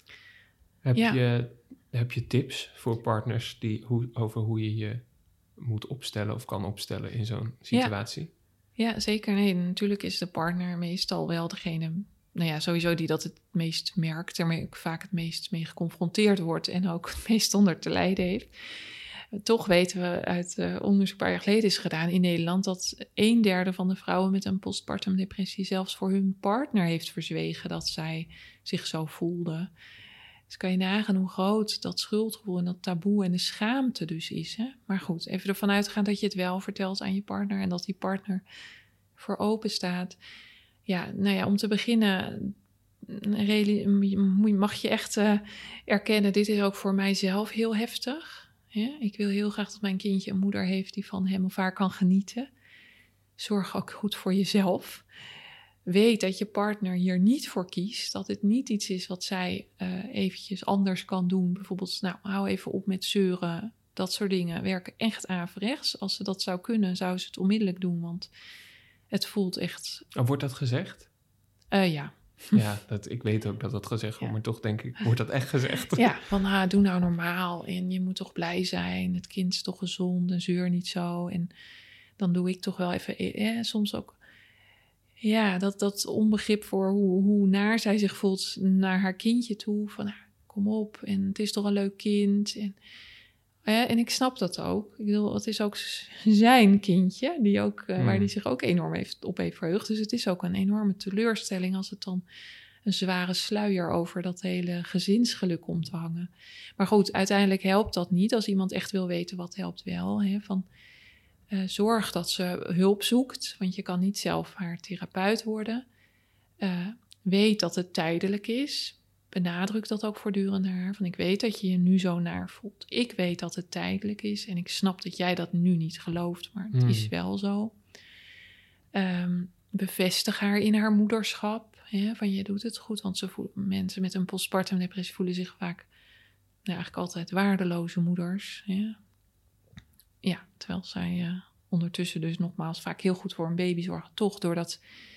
Heb, ja. je, heb je tips voor partners die, hoe, over hoe je je moet opstellen of kan opstellen in zo'n situatie? Ja, ja, zeker. Nee, natuurlijk is de partner meestal wel degene, nou ja, sowieso die dat het meest merkt, ermee ook vaak het meest mee geconfronteerd wordt en ook het meest onder te lijden heeft. Toch weten we uit uh, onderzoek een paar jaar geleden is gedaan in Nederland dat een derde van de vrouwen met een postpartum depressie zelfs voor hun partner heeft verzwegen dat zij zich zo voelde. Dus kan je nagaan hoe groot dat schuldgevoel en dat taboe en de schaamte dus is. Hè? Maar goed, even ervan uitgaan dat je het wel vertelt aan je partner en dat die partner voor open staat. Ja, nou ja, om te beginnen mag je echt uh, erkennen, dit is ook voor mijzelf heel heftig. Ja? Ik wil heel graag dat mijn kindje een moeder heeft die van hem of haar kan genieten. Zorg ook goed voor jezelf. Weet dat je partner hier niet voor kiest. Dat het niet iets is wat zij uh, eventjes anders kan doen. Bijvoorbeeld, nou, hou even op met zeuren. Dat soort dingen werken echt averechts. Als ze dat zou kunnen, zou ze het onmiddellijk doen. Want het voelt echt... Oh, wordt dat gezegd? Uh, ja. Ja, dat, ik weet ook dat dat gezegd wordt. Ja. Maar toch denk ik, wordt dat echt gezegd? Ja, van ah, doe nou normaal. En je moet toch blij zijn. Het kind is toch gezond en zeur niet zo. En dan doe ik toch wel even... Eh, soms ook... Ja, dat, dat onbegrip voor hoe, hoe naar zij zich voelt naar haar kindje toe. Van, nou, kom op, en het is toch een leuk kind. En, ja, en ik snap dat ook. Ik bedoel, het is ook zijn kindje, die ook, uh, mm. waar hij zich ook enorm heeft, op heeft verheugd. Dus het is ook een enorme teleurstelling als het dan een zware sluier over dat hele gezinsgeluk komt te hangen. Maar goed, uiteindelijk helpt dat niet. Als iemand echt wil weten wat helpt wel, hè, van... Uh, zorg dat ze hulp zoekt, want je kan niet zelf haar therapeut worden. Uh, weet dat het tijdelijk is. Benadruk dat ook voortdurend naar haar. Van ik weet dat je je nu zo naar voelt. Ik weet dat het tijdelijk is en ik snap dat jij dat nu niet gelooft, maar het mm. is wel zo. Um, bevestig haar in haar moederschap. Hè, van je doet het goed, want ze voelen, mensen met een postpartum depressie voelen zich vaak nou, eigenlijk altijd waardeloze moeders. Hè. Ja, terwijl zij uh, ondertussen dus nogmaals vaak heel goed voor een baby zorgen. Toch door dat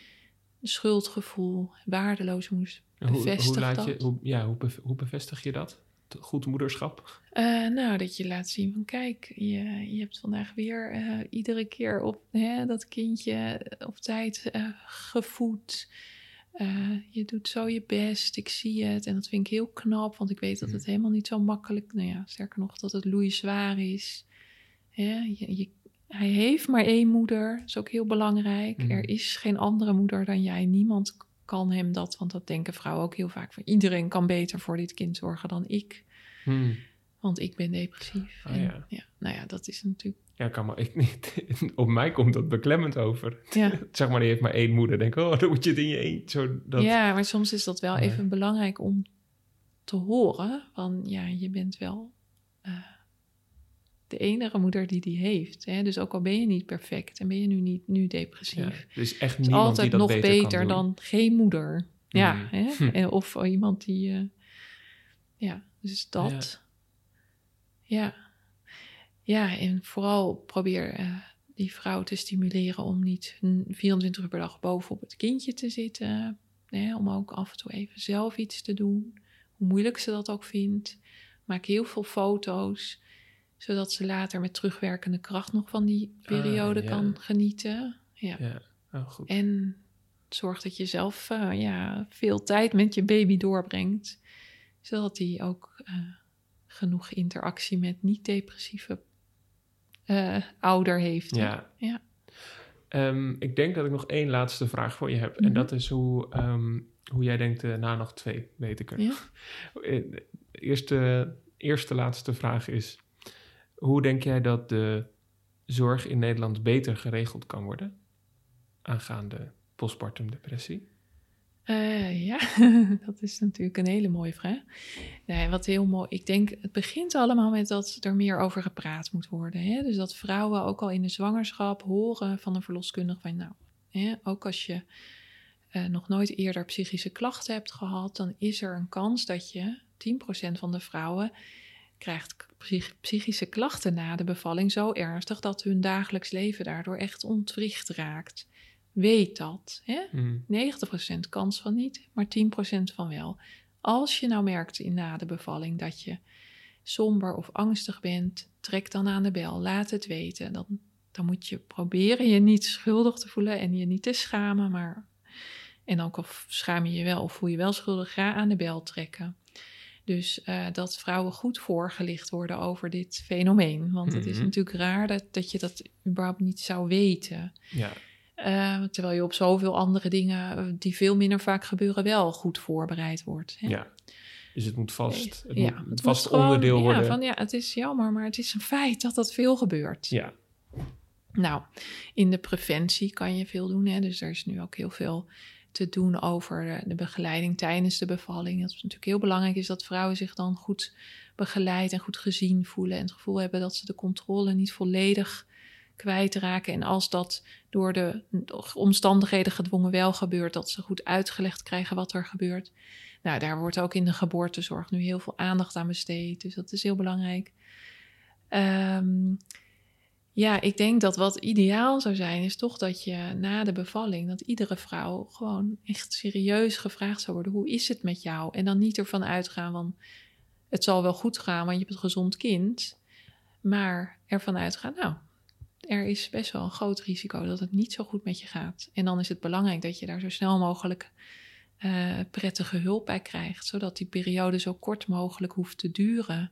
schuldgevoel, waardeloze moeders, bevestig hoe, hoe laat dat. Je, hoe, ja, hoe, bev- hoe bevestig je dat? Goed moederschap? Uh, nou, dat je laat zien van kijk, je, je hebt vandaag weer uh, iedere keer op hè, dat kindje op tijd uh, gevoed. Uh, je doet zo je best, ik zie het. En dat vind ik heel knap, want ik weet dat het helemaal niet zo makkelijk... Nou ja, sterker nog, dat het loeizwaar is... Ja, je, je, hij heeft maar één moeder, dat is ook heel belangrijk. Mm. Er is geen andere moeder dan jij. Niemand kan hem dat, want dat denken vrouwen ook heel vaak. Van, iedereen kan beter voor dit kind zorgen dan ik. Mm. Want ik ben depressief. Oh, en, ja. Ja, nou ja, dat is natuurlijk... Ja, kan maar ik niet. Op mij komt dat beklemmend over. Ja. Zeg maar, die heeft maar één moeder. Denk, oh, dan moet je het in je eentje. Zo dat... Ja, maar soms is dat wel ja. even belangrijk om te horen. Van, ja, je bent wel... Uh, de enige moeder die die heeft. Hè? Dus ook al ben je niet perfect en ben je nu niet nu depressief. Ja, er is echt is niemand altijd die dat nog beter, beter kan dan geen moeder. Ja, mm. hè? Hm. Of iemand die... Uh, ja, dus dat. Ja. ja. Ja, en vooral probeer uh, die vrouw te stimuleren om niet vierentwintig uur per dag bovenop het kindje te zitten. Hè? Om ook af en toe even zelf iets te doen. Hoe moeilijk ze dat ook vindt. Maak heel veel foto's. Zodat ze later met terugwerkende kracht nog van die periode ah, ja. kan genieten. Ja. ja. Oh, goed. En zorg dat je zelf uh, ja, veel tijd met je baby doorbrengt. Zodat hij ook uh, genoeg interactie met niet-depressieve uh, ouder heeft. Ja. ja. Um, ik denk dat ik nog één laatste vraag voor je heb. Mm-hmm. En dat is hoe, um, hoe jij denkt, uh, na nog twee, weet ik er. Ja. De eerste, eerste laatste vraag is... Hoe denk jij dat de zorg in Nederland beter geregeld kan worden aangaande postpartum depressie? Uh, ja, dat is natuurlijk een hele mooie vraag. Nee, wat heel mooi. Ik denk, het begint allemaal met dat er meer over gepraat moet worden. Hè? Dus dat vrouwen ook al in de zwangerschap horen van een verloskundige van, nou, hè, ook als je uh, nog nooit eerder psychische klachten hebt gehad, dan is er een kans dat je tien procent van de vrouwen krijgt psychische klachten na de bevalling zo ernstig dat hun dagelijks leven daardoor echt ontwricht raakt. Weet dat. Hè? Mm. negentig procent kans van niet, maar tien procent van wel. Als je nou merkt in na de bevalling dat je somber of angstig bent, trek dan aan de bel. Laat het weten. Dan, dan moet je proberen je niet schuldig te voelen en je niet te schamen. Maar, en ook of schaam je je wel of voel je wel schuldig, ga aan de bel trekken. Dus uh, dat vrouwen goed voorgelicht worden over dit fenomeen. Want mm-hmm. het is natuurlijk raar dat, dat je dat überhaupt niet zou weten. Ja. Uh, terwijl je op zoveel andere dingen die veel minder vaak gebeuren wel goed voorbereid wordt. Hè? Ja, dus het moet vast, het ja, moet het vast moet gewoon, onderdeel worden. Ja, van, ja, het is jammer, maar het is een feit dat dat veel gebeurt. Ja. Nou, in de preventie kan je veel doen. Hè? Dus er is nu ook heel veel te doen over de, de begeleiding tijdens de bevalling. Dat is natuurlijk heel belangrijk is dat vrouwen zich dan goed begeleid en goed gezien voelen. En het gevoel hebben dat ze de controle niet volledig kwijtraken. En als dat door de omstandigheden gedwongen wel gebeurt, dat ze goed uitgelegd krijgen wat er gebeurt. Nou, daar wordt ook in de geboortezorg nu heel veel aandacht aan besteed. Dus dat is heel belangrijk. Um, ja, ik denk dat wat ideaal zou zijn, is toch dat je na de bevalling, dat iedere vrouw gewoon echt serieus gevraagd zou worden, hoe is het met jou? En dan niet ervan uitgaan van, het zal wel goed gaan, want je hebt een gezond kind. Maar ervan uitgaan, nou, er is best wel een groot risico dat het niet zo goed met je gaat. En dan is het belangrijk dat je daar zo snel mogelijk uh, prettige hulp bij krijgt, zodat die periode zo kort mogelijk hoeft te duren.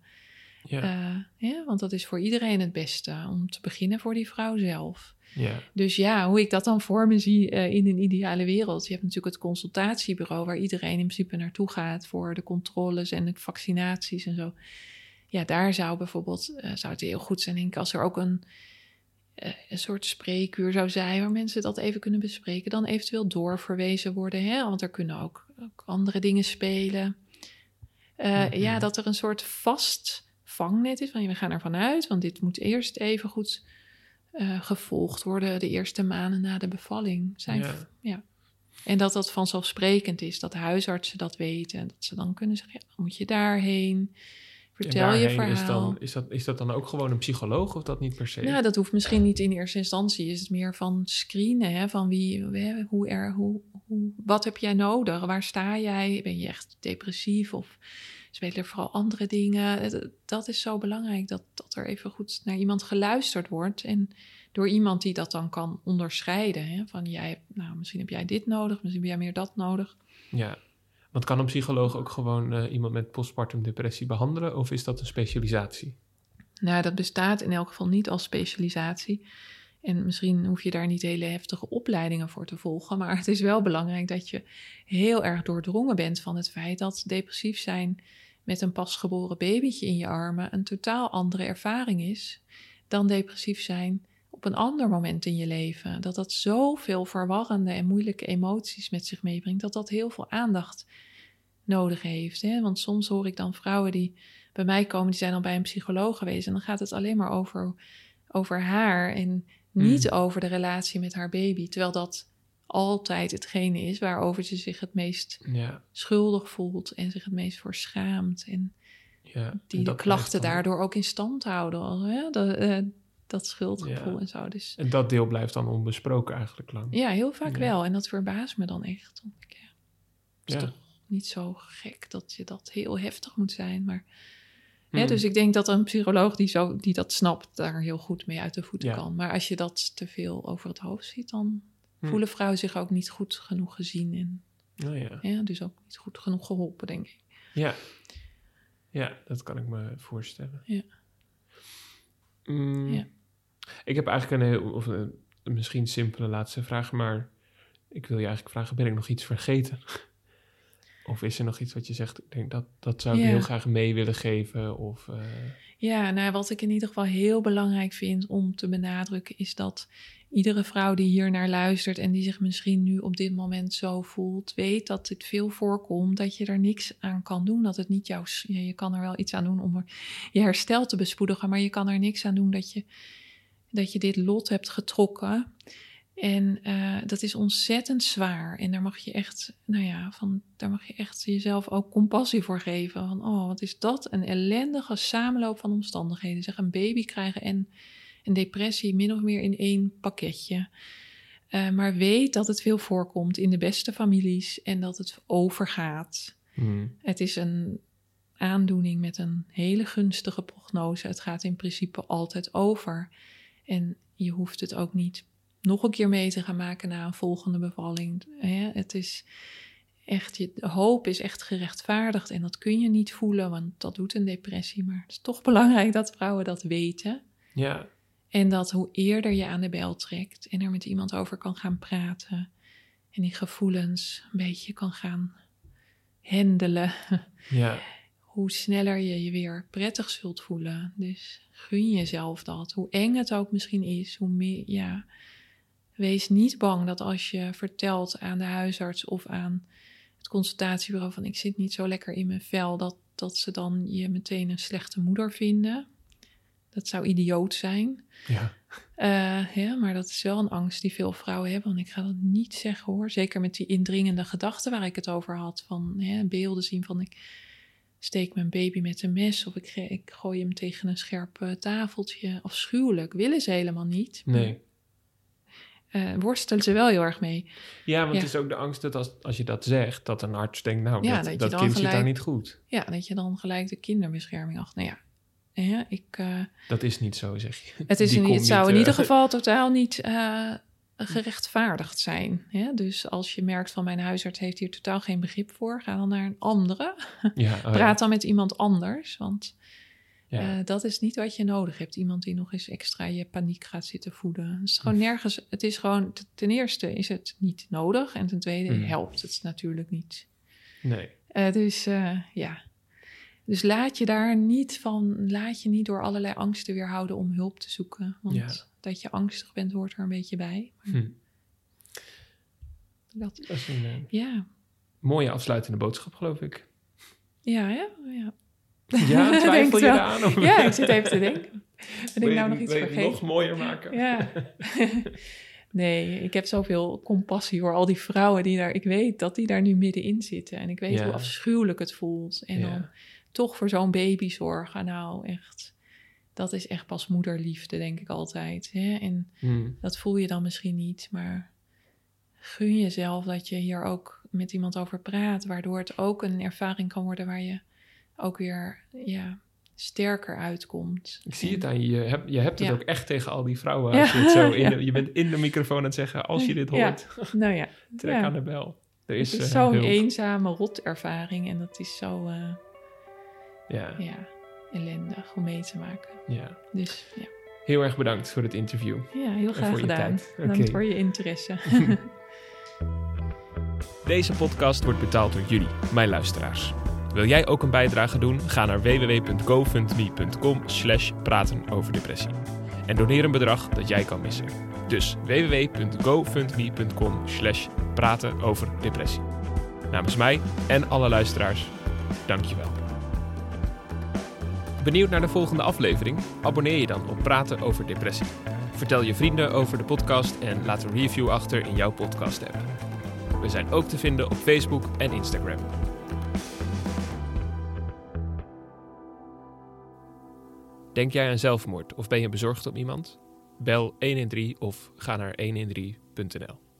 Ja. Uh, ja, want dat is voor iedereen het beste, om te beginnen voor die vrouw zelf. Ja. Dus ja, hoe ik dat dan voor me zie uh, in een ideale wereld. Je hebt natuurlijk het consultatiebureau waar iedereen in principe naartoe gaat voor de controles en de vaccinaties en zo. Ja, daar zou bijvoorbeeld, uh, zou het heel goed zijn, denk ik, als er ook een, uh, een soort spreekuur zou zijn waar mensen dat even kunnen bespreken. Dan eventueel doorverwezen worden, hè? Want er kunnen ook, ook andere dingen spelen. Uh, mm-hmm. Ja, dat er een soort vast vangnet is, van we gaan ervan uit, want dit moet eerst even goed uh, gevolgd worden de eerste maanden na de bevalling. Zijn, ja. Ja. En dat dat vanzelfsprekend is, dat huisartsen dat weten en dat ze dan kunnen zeggen, ja, dan moet je daarheen, vertel je verhaal. Is, dan, is, dat, is dat dan ook gewoon een psycholoog of dat niet per se? Nou, dat hoeft misschien niet in eerste instantie. Is het meer van screenen, hè, van wie, hoe er, hoe, hoe, wat heb jij nodig? Waar sta jij? Ben je echt depressief of spelen er vooral andere dingen? Dat is zo belangrijk, dat, dat er even goed naar iemand geluisterd wordt. En door iemand die dat dan kan onderscheiden. Hè? Van jij, nou, misschien heb jij dit nodig, misschien heb jij meer dat nodig. Ja, want kan een psycholoog ook gewoon uh, iemand met postpartum depressie behandelen? Of is dat een specialisatie? Nou, dat bestaat in elk geval niet als specialisatie. En misschien hoef je daar niet hele heftige opleidingen voor te volgen. Maar het is wel belangrijk dat je heel erg doordrongen bent van het feit dat depressief zijn met een pasgeboren babytje in je armen een totaal andere ervaring is dan depressief zijn op een ander moment in je leven. Dat dat zoveel verwarrende en moeilijke emoties met zich meebrengt, dat dat heel veel aandacht nodig heeft. Hè? Want soms hoor ik dan vrouwen die bij mij komen, die zijn al bij een psycholoog geweest en dan gaat het alleen maar over, over haar en niet hmm. over de relatie met haar baby. Terwijl dat altijd hetgene is waarover ze zich het meest ja. schuldig voelt en zich het meest voor schaamt. En ja, die en de klachten dan daardoor ook in stand houden. Hè? Dat, uh, dat schuldgevoel ja. en zo. Dus, en dat deel blijft dan onbesproken eigenlijk lang. Ja, heel vaak ja. wel. En dat verbaast me dan echt. Ik, ja, het is ja. toch niet zo gek dat je dat heel heftig moet zijn. Maar, hmm. ja, dus ik denk dat een psycholoog die, zo, die dat snapt, daar heel goed mee uit de voeten ja. kan. Maar als je dat te veel over het hoofd ziet, dan voelen vrouwen zich ook niet goed genoeg gezien. En oh ja. Ja, dus ook niet goed genoeg geholpen, denk ik. Ja, ja, dat kan ik me voorstellen. Ja. Mm, ja. Ik heb eigenlijk een heel, of een, misschien simpele laatste vraag, maar ik wil je eigenlijk vragen, ben ik nog iets vergeten? Of is er nog iets wat je zegt, ik denk dat, dat zou ik ja. heel graag mee willen geven? Of, uh... Ja, nou, wat ik in ieder geval heel belangrijk vind om te benadrukken, is dat iedere vrouw die hier naar luistert en die zich misschien nu op dit moment zo voelt, weet dat het veel voorkomt, dat je er niks aan kan doen. Dat het niet jouw, ja, je kan er wel iets aan doen om je herstel te bespoedigen, maar je kan er niks aan doen dat je, dat je dit lot hebt getrokken. En uh, dat is ontzettend zwaar. En daar mag je echt, nou ja, van, daar mag je echt jezelf ook compassie voor geven. Van, oh, wat is dat? Een ellendige samenloop van omstandigheden. Zeg, een baby krijgen en een depressie min of meer in één pakketje. Uh, maar weet dat het veel voorkomt in de beste families en dat het overgaat. Mm. Het is een aandoening met een hele gunstige prognose. Het gaat in principe altijd over. En je hoeft het ook niet nog een keer mee te gaan maken na een volgende bevalling. Het is echt, je hoop is echt gerechtvaardigd en dat kun je niet voelen, want dat doet een depressie. Maar het is toch belangrijk dat vrouwen dat weten. Ja. En dat hoe eerder je aan de bel trekt en er met iemand over kan gaan praten en die gevoelens een beetje kan gaan handelen, ja. hoe sneller je je weer prettig zult voelen. Dus gun jezelf dat. Hoe eng het ook misschien is, hoe meer, ja, wees niet bang dat als je vertelt aan de huisarts of aan het consultatiebureau van ik zit niet zo lekker in mijn vel, dat, dat ze dan je meteen een slechte moeder vinden. Dat zou idioot zijn. Ja. Uh, ja, maar dat is wel een angst die veel vrouwen hebben. Want ik ga dat niet zeggen hoor. Zeker met die indringende gedachten waar ik het over had. Van hè, beelden zien van ik steek mijn baby met een mes. Of ik, ik gooi hem tegen een scherp uh, tafeltje. Afschuwelijk. Willen ze helemaal niet. Nee. Uh, worstelen ze wel heel erg mee. Ja, want ja. het is ook de angst dat als, als je dat zegt, dat een arts denkt, nou, ja, dat, dat, dat kind gelijk, zit daar niet goed. Ja, dat je dan gelijk de kinderbescherming achter. Nou ja, ja ik... Uh, dat is niet zo, zeg je. Het, is een, het zou niet, in uh, ieder uh, geval totaal niet uh, gerechtvaardigd zijn. Hè? Dus als je merkt van mijn huisarts heeft hier totaal geen begrip voor, ga dan naar een andere. Ja, oh Praat ja. dan met iemand anders, want ja. uh, dat is niet wat je nodig hebt. Iemand die nog eens extra je paniek gaat zitten voeden. Het is gewoon nergens, het is gewoon, ten eerste is het niet nodig en ten tweede mm. helpt het natuurlijk niet. Nee. Uh, dus uh, ja... Dus laat je daar niet van, laat je niet door allerlei angsten weerhouden om hulp te zoeken. Want ja. dat je angstig bent, hoort er een beetje bij. Hm. Dat, dat is een uh, ja. mooie afsluitende boodschap, geloof ik. Ja, ja. Ja, ja twijfel je eraan? Of ja, ik zit even te denken. Ben ik nou nog iets wil je vergeten? nog mooier maken? Ja. Nee, ik heb zoveel compassie voor al die vrouwen die daar... Ik weet dat die daar nu middenin zitten. En ik weet ja. hoe afschuwelijk het voelt. En ja. dan... toch voor zo'n baby zorgen, nou echt, dat is echt pas moederliefde, denk ik altijd. Hè? En hmm. dat voel je dan misschien niet, maar gun jezelf dat je hier ook met iemand over praat, waardoor het ook een ervaring kan worden waar je ook weer ja, sterker uitkomt. Ik zie en, het aan je, je hebt, je hebt het ja. ook echt tegen al die vrouwen. Als je, het zo in ja. de, je bent in de microfoon aan het zeggen, als je dit hoort, ja. Nou ja. trek ja. aan de bel. Er is, het is uh, zo'n hulp. eenzame rotervaring en dat is zo... Uh, Ja. ja, ellendig om mee te maken. Ja. Dus, ja. Heel erg bedankt voor het interview. Ja, heel graag gedaan. Bedankt okay. voor je interesse. Deze podcast wordt betaald door jullie, mijn luisteraars. Wil jij ook een bijdrage doen? Ga naar w w w punt gofundme punt com slash praten over depressie. En doneer een bedrag dat jij kan missen. Dus w w w punt gofundme punt com slash praten over depressie. Namens mij en alle luisteraars, dankjewel. Benieuwd naar de volgende aflevering? Abonneer je dan op Praten over Depressie. Vertel je vrienden over de podcast en laat een review achter in jouw podcast-app. We zijn ook te vinden op Facebook en Instagram. Denk jij aan zelfmoord of ben je bezorgd om iemand? Bel honderddertien of ga naar honderddertien punt n l.